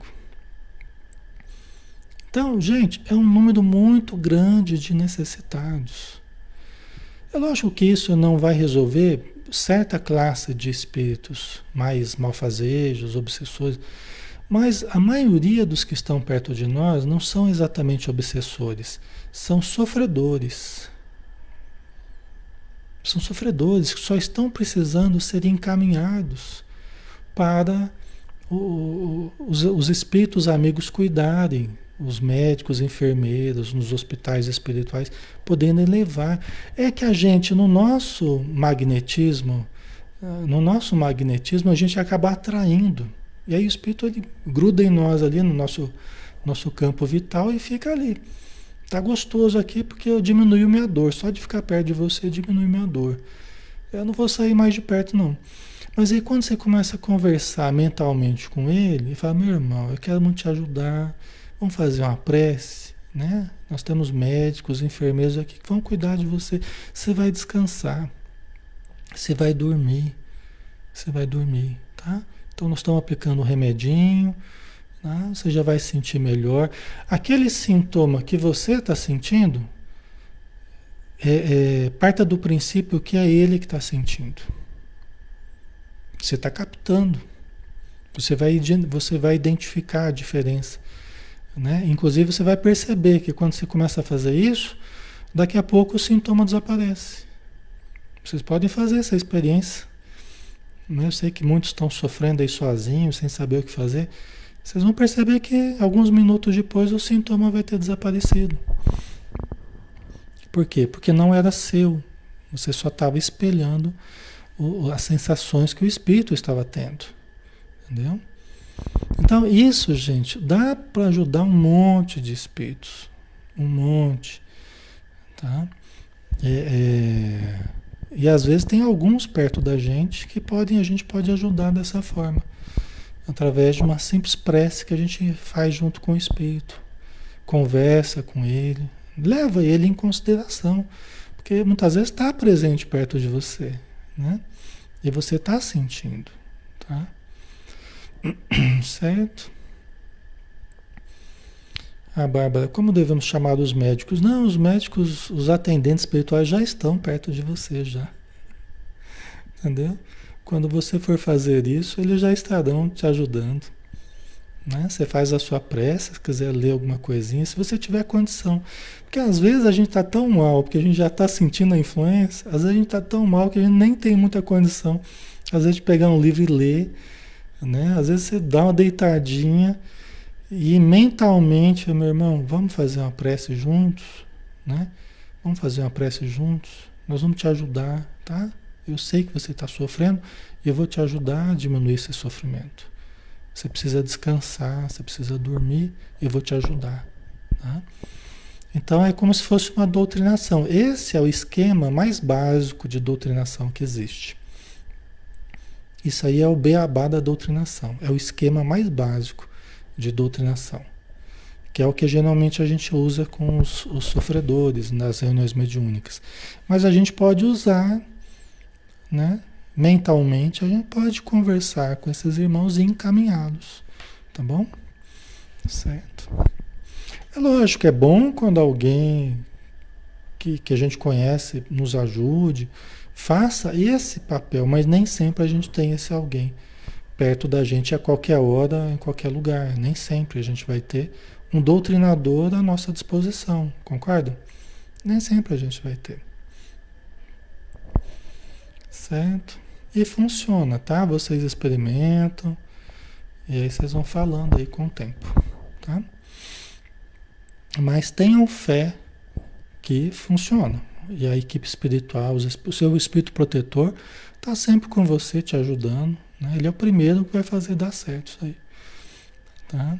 Então, gente, é um número muito grande de necessitados. É lógico que isso não vai resolver certa classe de espíritos mais malfazejos, obsessores, mas a maioria dos que estão perto de nós não são exatamente obsessores, são sofredores. São sofredores que só estão precisando ser encaminhados para os espíritos amigos cuidarem, os médicos, enfermeiros, nos hospitais espirituais, podendo levar. É que a gente, no nosso magnetismo, a gente acaba atraindo. E aí o espírito ele gruda em nós ali, no nosso campo vital e fica ali. Tá gostoso aqui porque eu diminui minha dor. Só de ficar perto de você diminui minha dor. Eu não vou sair mais de perto, não. Mas aí quando você começa a conversar mentalmente com ele, e fala, meu irmão, eu quero muito te ajudar, vamos fazer uma prece, né? Nós temos médicos, enfermeiros aqui que vão cuidar de você. Você vai descansar. Você vai dormir. Você vai dormir, tá? Então nós estamos aplicando um remedinho, né? Você já vai sentir melhor. Aquele sintoma que você está sentindo, parta do princípio que é ele que está sentindo. Você está captando. Você vai identificar a diferença. Né? Inclusive você vai perceber que quando você começa a fazer isso, daqui a pouco o sintoma desaparece. Vocês podem fazer essa experiência. Eu sei que muitos estão sofrendo aí sozinhos, sem saber o que fazer. Vocês vão perceber que alguns minutos depois o sintoma vai ter desaparecido. Por quê? Porque não era seu. Você só estava espelhando as sensações que o espírito estava tendo. Entendeu? Então isso, gente, dá para ajudar um monte de espíritos. Um monte. Tá? E às vezes tem alguns perto da gente que a gente pode ajudar dessa forma. Através de uma simples prece que a gente faz junto com o espírito. Conversa com ele. Leva ele em consideração. Porque muitas vezes está presente perto de você. Né? E você está sentindo. Tá? Certo? A Bárbara, como devemos chamar os médicos? Não, os médicos, os atendentes espirituais já estão perto de você já. Entendeu? Quando você for fazer isso, eles já estarão te ajudando, né? Você faz a sua prece, se quiser ler alguma coisinha, se você tiver condição. Porque às vezes a gente está tão mal, porque a gente já está sentindo a influência, às vezes a gente está tão mal que a gente nem tem muita condição, às vezes, de pegar um livro e ler, né? Às vezes você dá uma deitadinha e mentalmente, meu irmão, vamos fazer uma prece juntos, né? Vamos fazer uma prece juntos, nós vamos te ajudar, tá? Eu sei que você está sofrendo e eu vou te ajudar a diminuir esse sofrimento. Você precisa descansar, você precisa dormir, eu vou te ajudar, tá? Então é como se fosse uma doutrinação. Esse é o esquema mais básico de doutrinação que existe. Isso aí é o beabá da doutrinação, é o esquema mais básico de doutrinação, que é o que geralmente a gente usa com os sofredores nas reuniões mediúnicas. Mas a gente pode usar, né? Mentalmente, a gente pode conversar com esses irmãos e encaminhá-los, tá bom? Certo. É lógico que é bom quando alguém que a gente conhece nos ajude, faça esse papel, mas nem sempre a gente tem esse alguém perto da gente a qualquer hora, em qualquer lugar. Nem sempre a gente vai ter um doutrinador à nossa disposição, concorda? Nem sempre a gente vai ter. Certo? E funciona, tá? Vocês experimentam e aí vocês vão falando aí com o tempo, tá? Mas tenham fé que funciona. E a equipe espiritual, o seu espírito protetor está sempre com você, te ajudando, né? Ele é o primeiro que vai fazer dar certo isso aí, tá?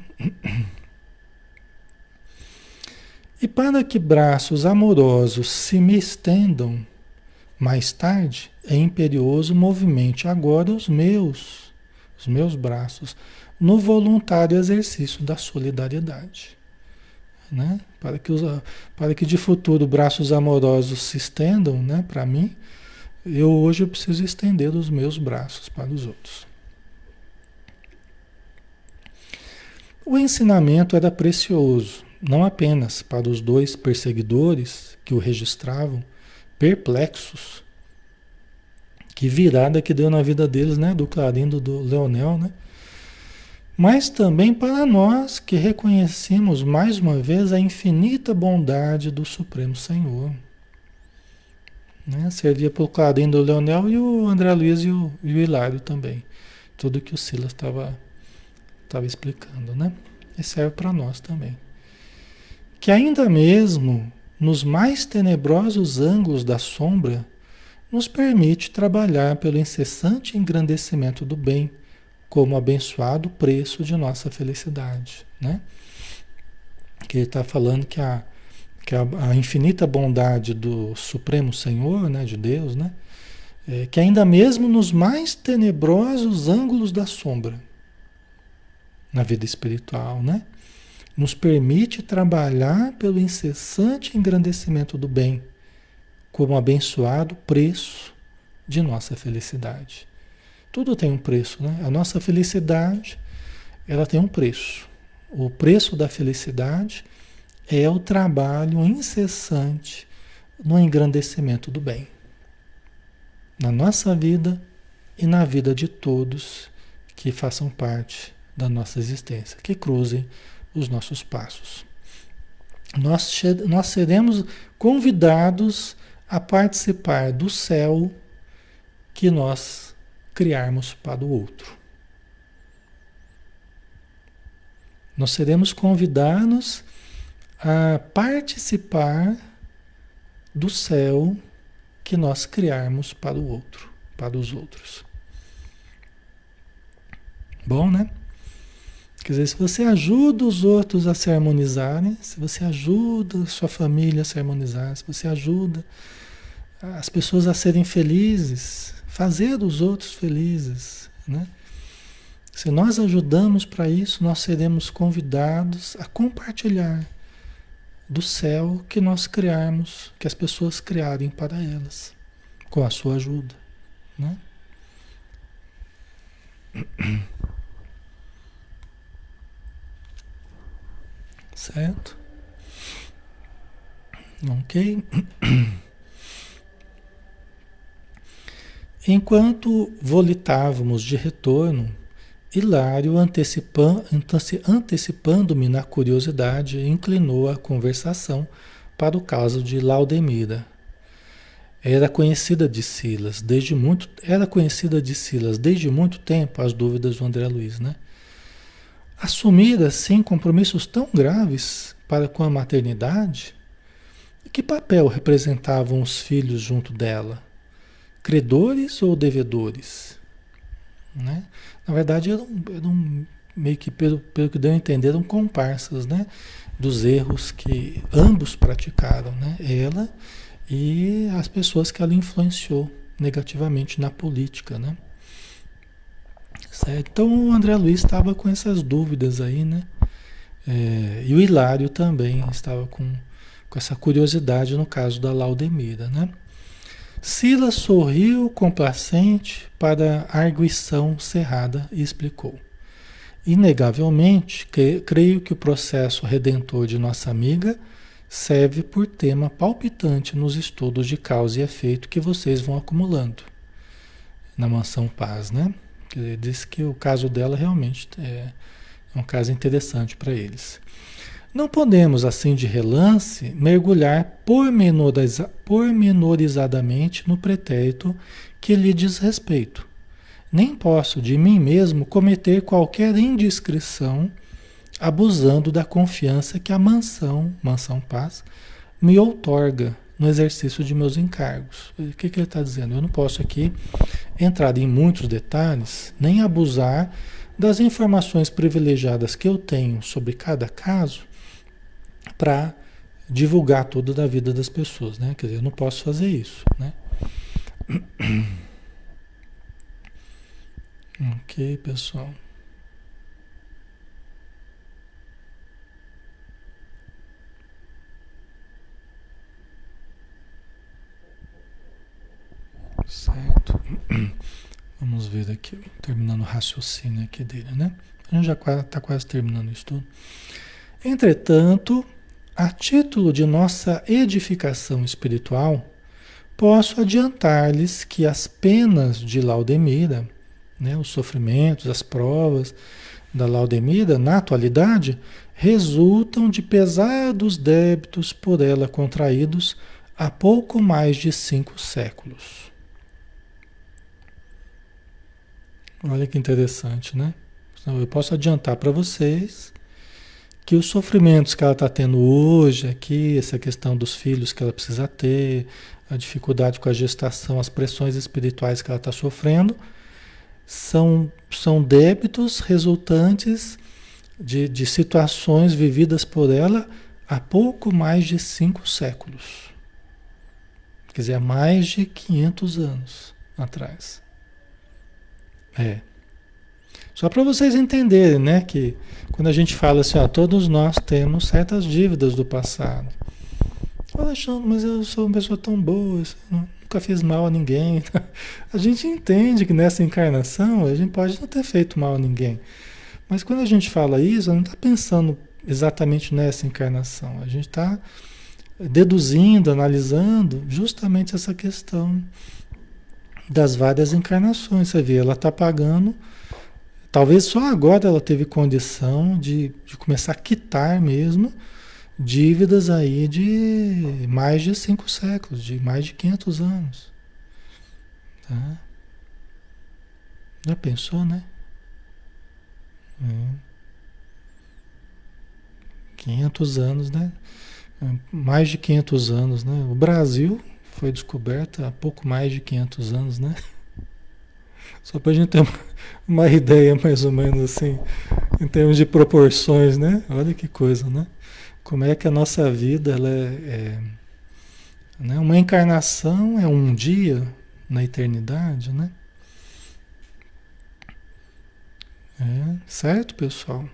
E para que braços amorosos se me estendam mais tarde, é imperioso movimente agora os meus braços, no voluntário exercício da solidariedade, né? Para que de futuro braços amorosos se estendam, né, para mim, hoje eu preciso estender os meus braços para os outros. O ensinamento era precioso, não apenas para os dois perseguidores que o registravam, perplexos. Que virada que deu na vida deles, né? Do Clarindo, do Leonel, né? Mas também para nós que reconhecemos mais uma vez a infinita bondade do Supremo Senhor. Né? Servia para o Clarindo, do Leonel e o André Luiz e o Hilário também. Tudo que o Silas estava explicando, né? E serve para nós também. Que ainda mesmo nos mais tenebrosos ângulos da sombra, nos permite trabalhar pelo incessante engrandecimento do bem, como abençoado preço de nossa felicidade, né? Que ele está falando que a infinita bondade do Supremo Senhor, né, de Deus, né, que ainda mesmo nos mais tenebrosos ângulos da sombra, na vida espiritual, né, nos permite trabalhar pelo incessante engrandecimento do bem, como abençoado preço de nossa felicidade. Tudo tem um preço, né? A nossa felicidade, ela tem um preço. O preço da felicidade é o trabalho incessante no engrandecimento do bem. Na nossa vida e na vida de todos que façam parte da nossa existência, que cruzem os nossos passos. Nós seremos convidados a participar do céu que nós criarmos para o outro. Nós seremos convidados a participar do céu que nós criarmos para o outro, para os outros. Bom, né? Quer dizer, se você ajuda os outros a se harmonizarem, se você ajuda a sua família a se harmonizar, se você ajuda as pessoas a serem felizes, fazer os outros felizes, né? Se nós ajudamos para isso, nós seremos convidados a compartilhar do céu que nós criarmos, que as pessoas criarem para elas, com a sua ajuda, né? Certo? Ok? Enquanto volitávamos de retorno, Hilário, antecipando-me na curiosidade, inclinou a conversação para o caso de Laudemira. Era conhecida de Silas desde muito tempo as dúvidas do André Luiz, né? Assumir assim compromissos tão graves para com a maternidade, que papel representavam os filhos junto dela? Credores ou devedores? Né? Na verdade, eram meio que, pelo que deu a entender, eram comparsas, né? Dos erros que ambos praticaram, né? Ela e as pessoas que ela influenciou negativamente na política, né? Certo? Então o André Luiz estava com essas dúvidas aí, né? E o Hilário também estava com essa curiosidade no caso da Laudemira, né? Silas sorriu complacente para a arguição cerrada e explicou. Inegavelmente, creio que o processo redentor de nossa amiga serve por tema palpitante nos estudos de causa e efeito que vocês vão acumulando na Mansão Paz, né? Ele disse que o caso dela realmente é um caso interessante para eles. Não podemos, assim de relance, mergulhar pormenorizadamente no pretérito que lhe diz respeito. Nem posso, de mim mesmo, cometer qualquer indiscrição, abusando da confiança que a Mansão Paz, me outorga no exercício de meus encargos. O que ele está dizendo? Eu não posso aqui entrar em muitos detalhes, nem abusar das informações privilegiadas que eu tenho sobre cada caso, para divulgar tudo da vida das pessoas, né? Quer dizer, eu não posso fazer isso, né? Ok, pessoal. Certo. Vamos ver aqui, terminando o raciocínio aqui dele, né? A gente já está quase terminando isso tudo. Entretanto, a título de nossa edificação espiritual, posso adiantar-lhes que as penas de Laudemira, né, os sofrimentos, as provas da Laudemira, na atualidade, resultam de pesados débitos por ela contraídos há pouco mais de 5 séculos. Olha que interessante, né? Então, eu posso adiantar para vocês que os sofrimentos que ela está tendo hoje aqui, essa questão dos filhos que ela precisa ter, a dificuldade com a gestação, as pressões espirituais que ela está sofrendo, são débitos resultantes de situações vividas por ela há pouco mais de 5 séculos. Quer dizer, há mais de 500 anos atrás. Só para vocês entenderem, né, que quando a gente fala assim, ó, todos nós temos certas dívidas do passado. Alexandre, mas eu sou uma pessoa tão boa, nunca fiz mal a ninguém. A gente entende que nessa encarnação a gente pode não ter feito mal a ninguém. Mas quando a gente fala isso, não está pensando exatamente nessa encarnação. A gente está deduzindo, analisando justamente essa questão das várias encarnações. Você vê, ela está pagando. Talvez só agora ela teve condição de começar a quitar mesmo dívidas aí de mais de 5 séculos, de mais de 500 anos. Tá? Já pensou, né? 500 anos, né? Mais de 500 anos, né? O Brasil foi descoberto há pouco mais de 500 anos, né? Só para a gente ter uma ideia mais ou menos assim, em termos de proporções, né? Olha que coisa, né? Como é que a nossa vida, ela né? Uma encarnação é um dia na eternidade, né? Certo, pessoal?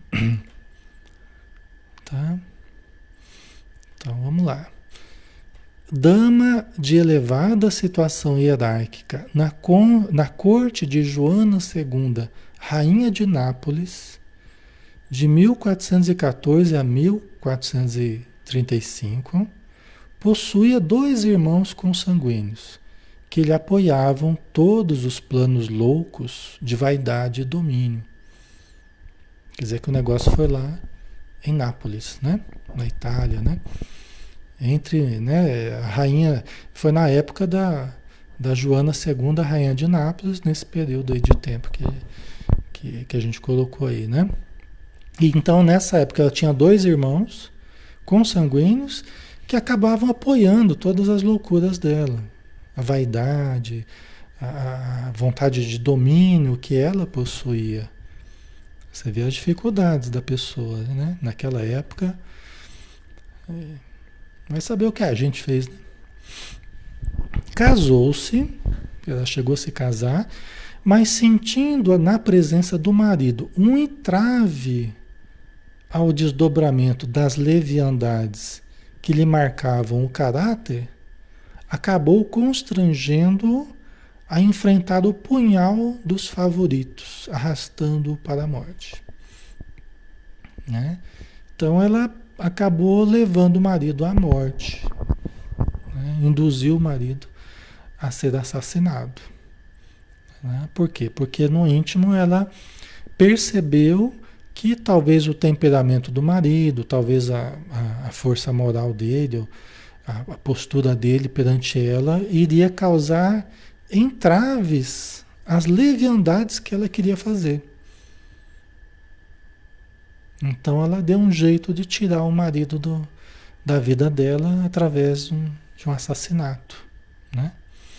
Tá? Então, vamos lá. Dama de elevada situação hierárquica na corte de Joana II, rainha de Nápoles, de 1414 a 1435, possuía 2 irmãos consanguíneos, que lhe apoiavam todos os planos loucos de vaidade e domínio. Quer dizer que o negócio foi lá em Nápoles, né? Na Itália, né? Entre, né, a rainha, foi na época da Joana II, rainha de Nápoles, nesse período aí de tempo que a gente colocou aí, né? E então, nessa época, ela tinha dois irmãos consanguíneos que acabavam apoiando todas as loucuras dela. A vaidade, a vontade de domínio que ela possuía. Você vê as dificuldades da pessoa, né? Naquela época, vai saber o que a gente fez, né? Casou-se, ela chegou a se casar, mas sentindo na presença do marido um entrave ao desdobramento das leviandades que lhe marcavam o caráter, acabou constrangendo-o a enfrentar o punhal dos favoritos, arrastando-o para a morte. Né? Então ela acabou levando o marido à morte, né? Induziu o marido a ser assassinado. Né? Por quê? Porque no íntimo ela percebeu que talvez o temperamento do marido, talvez a força moral dele, a postura dele perante ela, iria causar entraves às leviandades que ela queria fazer. Então ela deu um jeito de tirar o marido da vida dela através de um assassinato. Né?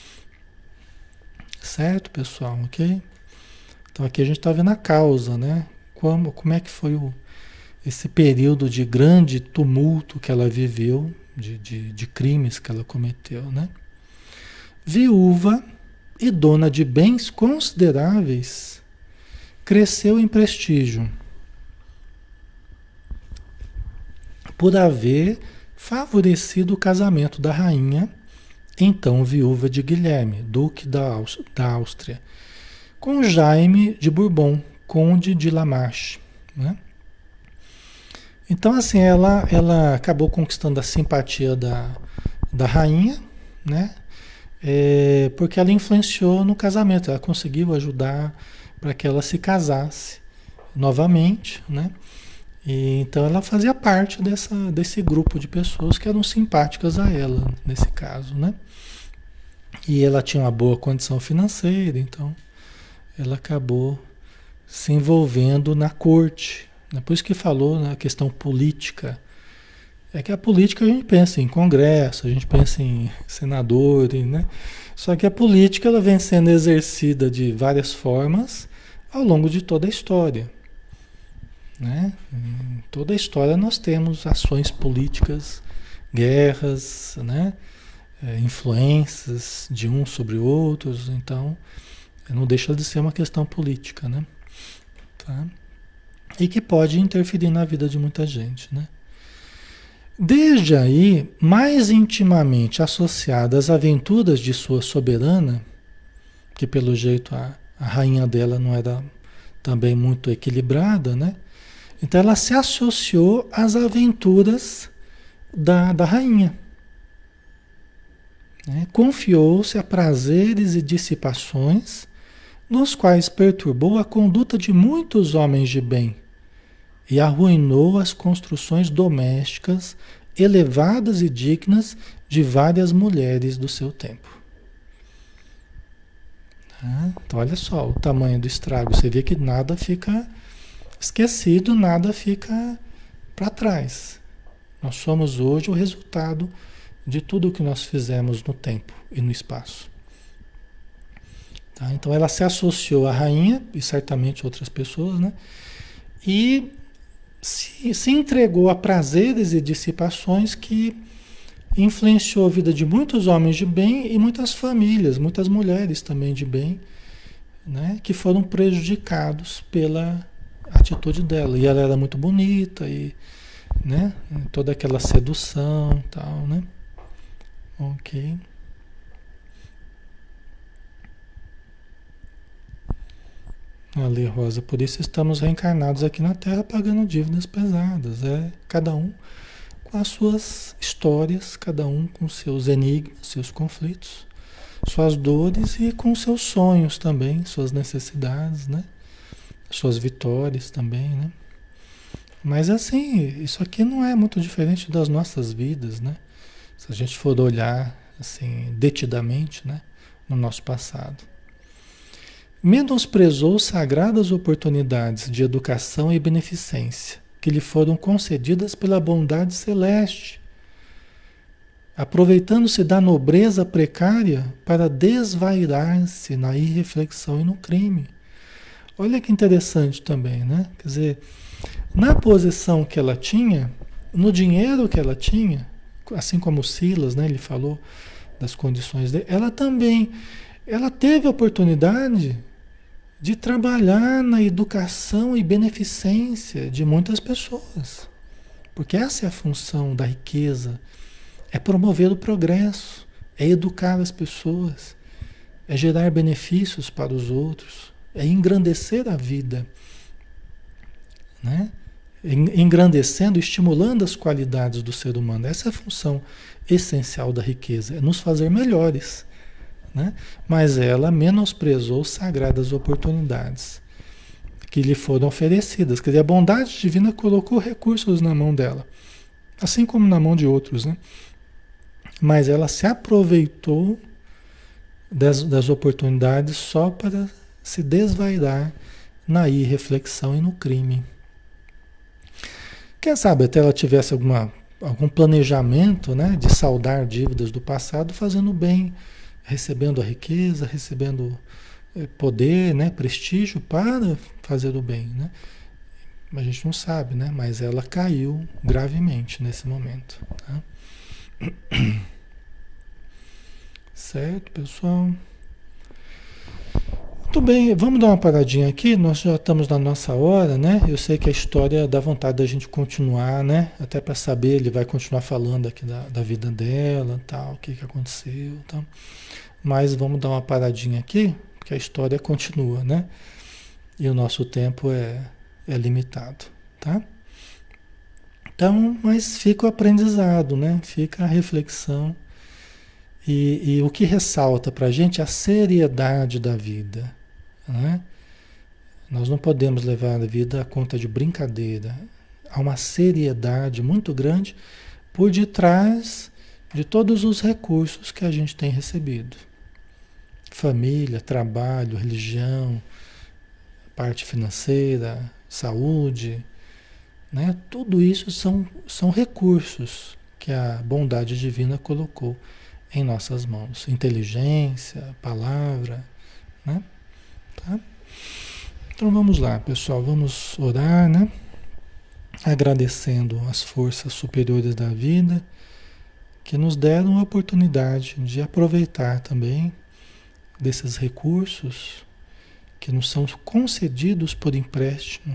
Certo, pessoal? Ok? Então aqui a gente está vendo a causa, né? Como é que foi esse período de grande tumulto que ela viveu, de crimes que ela cometeu, né? Viúva e dona de bens consideráveis, cresceu em prestígio por haver favorecido o casamento da rainha, então viúva de Guilherme, duque da Áustria, com Jaime de Bourbon, conde de La Marche, né? Então, assim, ela acabou conquistando a simpatia da rainha, né? Porque ela influenciou no casamento, ela conseguiu ajudar para que ela se casasse novamente, né? E então ela fazia parte desse grupo de pessoas que eram simpáticas a ela, nesse caso, né? E ela tinha uma boa condição financeira, então ela acabou se envolvendo na corte. Depois que falou na questão política, é que a política a gente pensa em congresso, a gente pensa em senadores, né? Só que a política ela vem sendo exercida de várias formas ao longo de toda a história. Né? Em toda a história nós temos ações políticas, guerras, né? Influências de uns sobre outros, então não deixa de ser uma questão política, né? Tá? E que pode interferir na vida de muita gente, né? Desde aí, mais intimamente associada às aventuras de sua soberana, que pelo jeito a rainha dela não era também muito equilibrada, né? Então ela se associou às aventuras da rainha. Né? Confiou-se a prazeres e dissipações, nos quais perturbou a conduta de muitos homens de bem e arruinou as construções domésticas elevadas e dignas de várias mulheres do seu tempo. Tá? Então olha só o tamanho do estrago. Você vê que nada fica esquecido, nada fica para trás. Nós somos hoje o resultado de tudo o que nós fizemos no tempo e no espaço. Tá? Então ela se associou à rainha e certamente outras pessoas, né? E se entregou a prazeres e dissipações que influenciou a vida de muitos homens de bem e muitas famílias, muitas mulheres também de bem, né? Que foram prejudicados pela atitude dela. E ela era muito bonita e, né? Toda aquela sedução e tal, né? Ok. Ali, Rosa, por isso estamos reencarnados aqui na Terra pagando dívidas pesadas. Cada um com as suas histórias, cada um com seus enigmas, seus conflitos. suas dores e com seus sonhos também, suas necessidades, né? Suas vitórias também, né? Mas assim, isso aqui não é muito diferente das nossas vidas, né? Se a gente for olhar assim, detidamente, né, no nosso passado. Menosprezou sagradas oportunidades de educação e beneficência que lhe foram concedidas pela bondade celeste, aproveitando-se da nobreza precária para desvairar-se na irreflexão e no crime. Olha que interessante também, né? Quer dizer, na posição que ela tinha, no dinheiro que ela tinha, assim como Silas, né, ele falou das condições dele, ela também, ela teve a oportunidade de trabalhar na educação e beneficência de muitas pessoas. Porque essa é a função da riqueza, é promover o progresso, é educar as pessoas, é gerar benefícios para os outros, é engrandecer a vida, né? Engrandecendo, estimulando as qualidades do ser humano. Essa é a função essencial da riqueza, é nos fazer melhores, né? Mas ela menosprezou sagradas oportunidades que lhe foram oferecidas. Quer dizer, a bondade divina colocou recursos na mão dela, assim como na mão de outros, né? Mas ela se aproveitou das oportunidades só para se desvairar na irreflexão e no crime. Quem sabe até ela tivesse algum planejamento, né, de saldar dívidas do passado, fazendo bem, recebendo a riqueza, recebendo poder, né, prestígio para fazer o bem, né? A gente não sabe, né? Mas ela caiu gravemente nesse momento. Tá? Certo, pessoal? Muito bem, vamos dar uma paradinha aqui. Nós já estamos na nossa hora, né? Eu sei que a história dá vontade da gente continuar, né? Até para saber, ele vai continuar falando aqui da vida dela, tal, o que que aconteceu, tal. Mas vamos dar uma paradinha aqui, porque a história continua, né? E o nosso tempo é limitado, tá? Então, mas fica o aprendizado, né? Fica a reflexão. E o que ressalta para a gente é a seriedade da vida, né? Nós não podemos levar a vida à conta de brincadeira. Há uma seriedade muito grande por detrás de todos os recursos que a gente tem recebido. Família, trabalho, religião, parte financeira, saúde, né? Tudo isso são recursos que a bondade divina colocou em nossas mãos. Inteligência, palavra, né? Tá? Então vamos lá, pessoal, vamos orar, né? Agradecendo as forças superiores da vida que nos deram a oportunidade de aproveitar também desses recursos que nos são concedidos por empréstimo,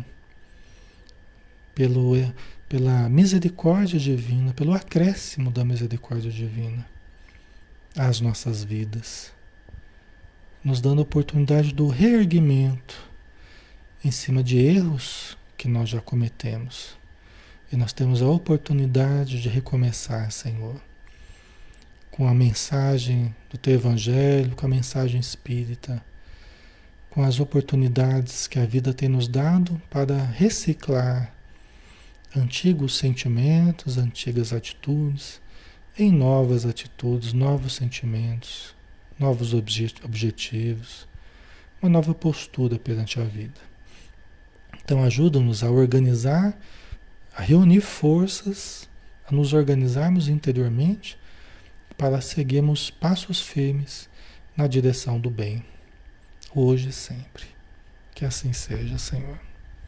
pelo, pela misericórdia divina, pelo acréscimo da misericórdia divina às nossas vidas, nos dando a oportunidade do reerguimento em cima de erros que nós já cometemos. E nós temos a oportunidade de recomeçar, Senhor, com a mensagem do Teu Evangelho, com a mensagem espírita, com as oportunidades que a vida tem nos dado para reciclar antigos sentimentos, antigas atitudes, em novas atitudes, novos sentimentos, novos objetivos, uma nova postura perante a vida. Então ajuda-nos a organizar, a reunir forças, a nos organizarmos interiormente para seguirmos passos firmes na direção do bem, hoje e sempre. Que assim seja, Senhor.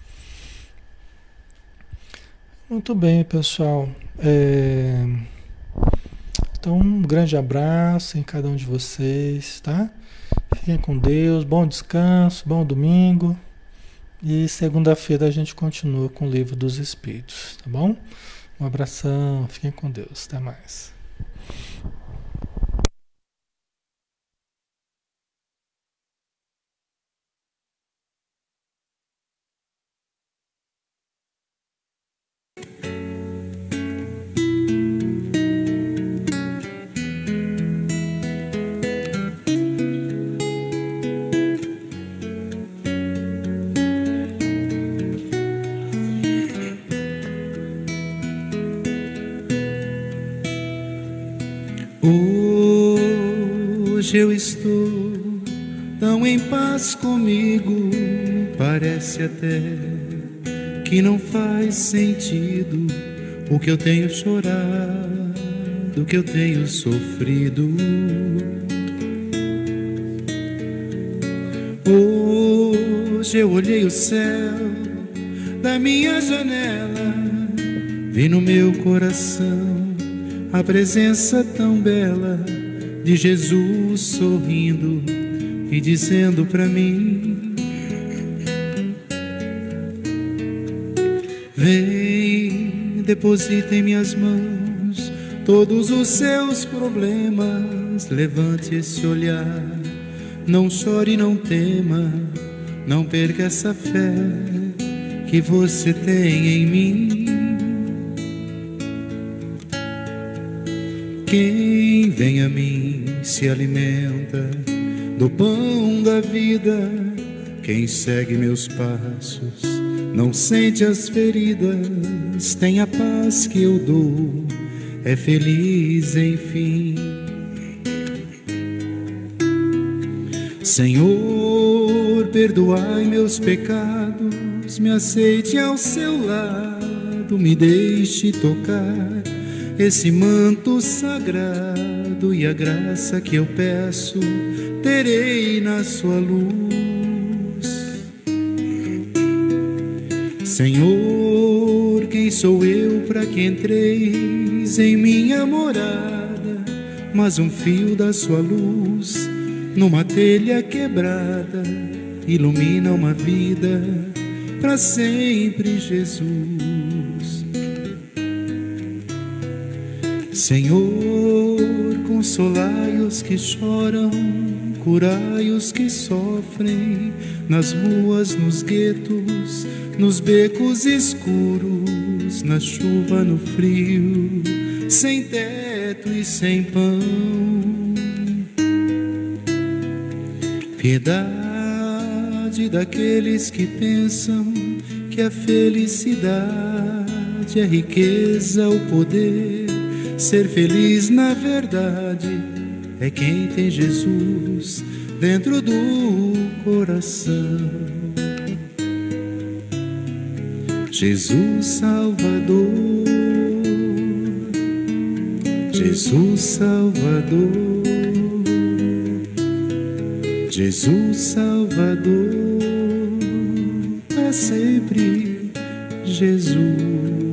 Muito bem, pessoal. Então, um grande abraço em cada um de vocês, tá? Fiquem com Deus, bom descanso, bom domingo. E segunda-feira a gente continua com o Livro dos Espíritos, tá bom? Um abração, fiquem com Deus, até mais. Hoje eu estou tão em paz comigo, parece até que não faz sentido o que eu tenho chorado, o que eu tenho sofrido. Hoje eu olhei o céu da minha janela, vi no meu coração a presença tão bela de Jesus sorrindo e dizendo pra mim: vem, deposita em minhas mãos todos os seus problemas, levante esse olhar, não chore, não tema, não perca essa fé que você tem em mim. Quem vem a mim se alimenta do pão da vida, quem segue meus passos não sente as feridas, tem a paz que eu dou, é feliz enfim. Senhor, perdoai meus pecados, me aceite ao seu lado, me deixe tocar esse manto sagrado, e a graça que eu peço terei na sua luz. Senhor, quem sou eu para que entreis em minha morada, mas um fio da sua luz numa telha quebrada ilumina uma vida para sempre, Jesus. Senhor, consolai os que choram, curai os que sofrem, nas ruas, nos guetos, nos becos escuros, na chuva, no frio, sem teto e sem pão. Piedade daqueles que pensam que a felicidade é riqueza, o poder. Ser feliz na verdade é quem tem Jesus dentro do coração. Jesus Salvador, Jesus Salvador, Jesus Salvador, para sempre Jesus.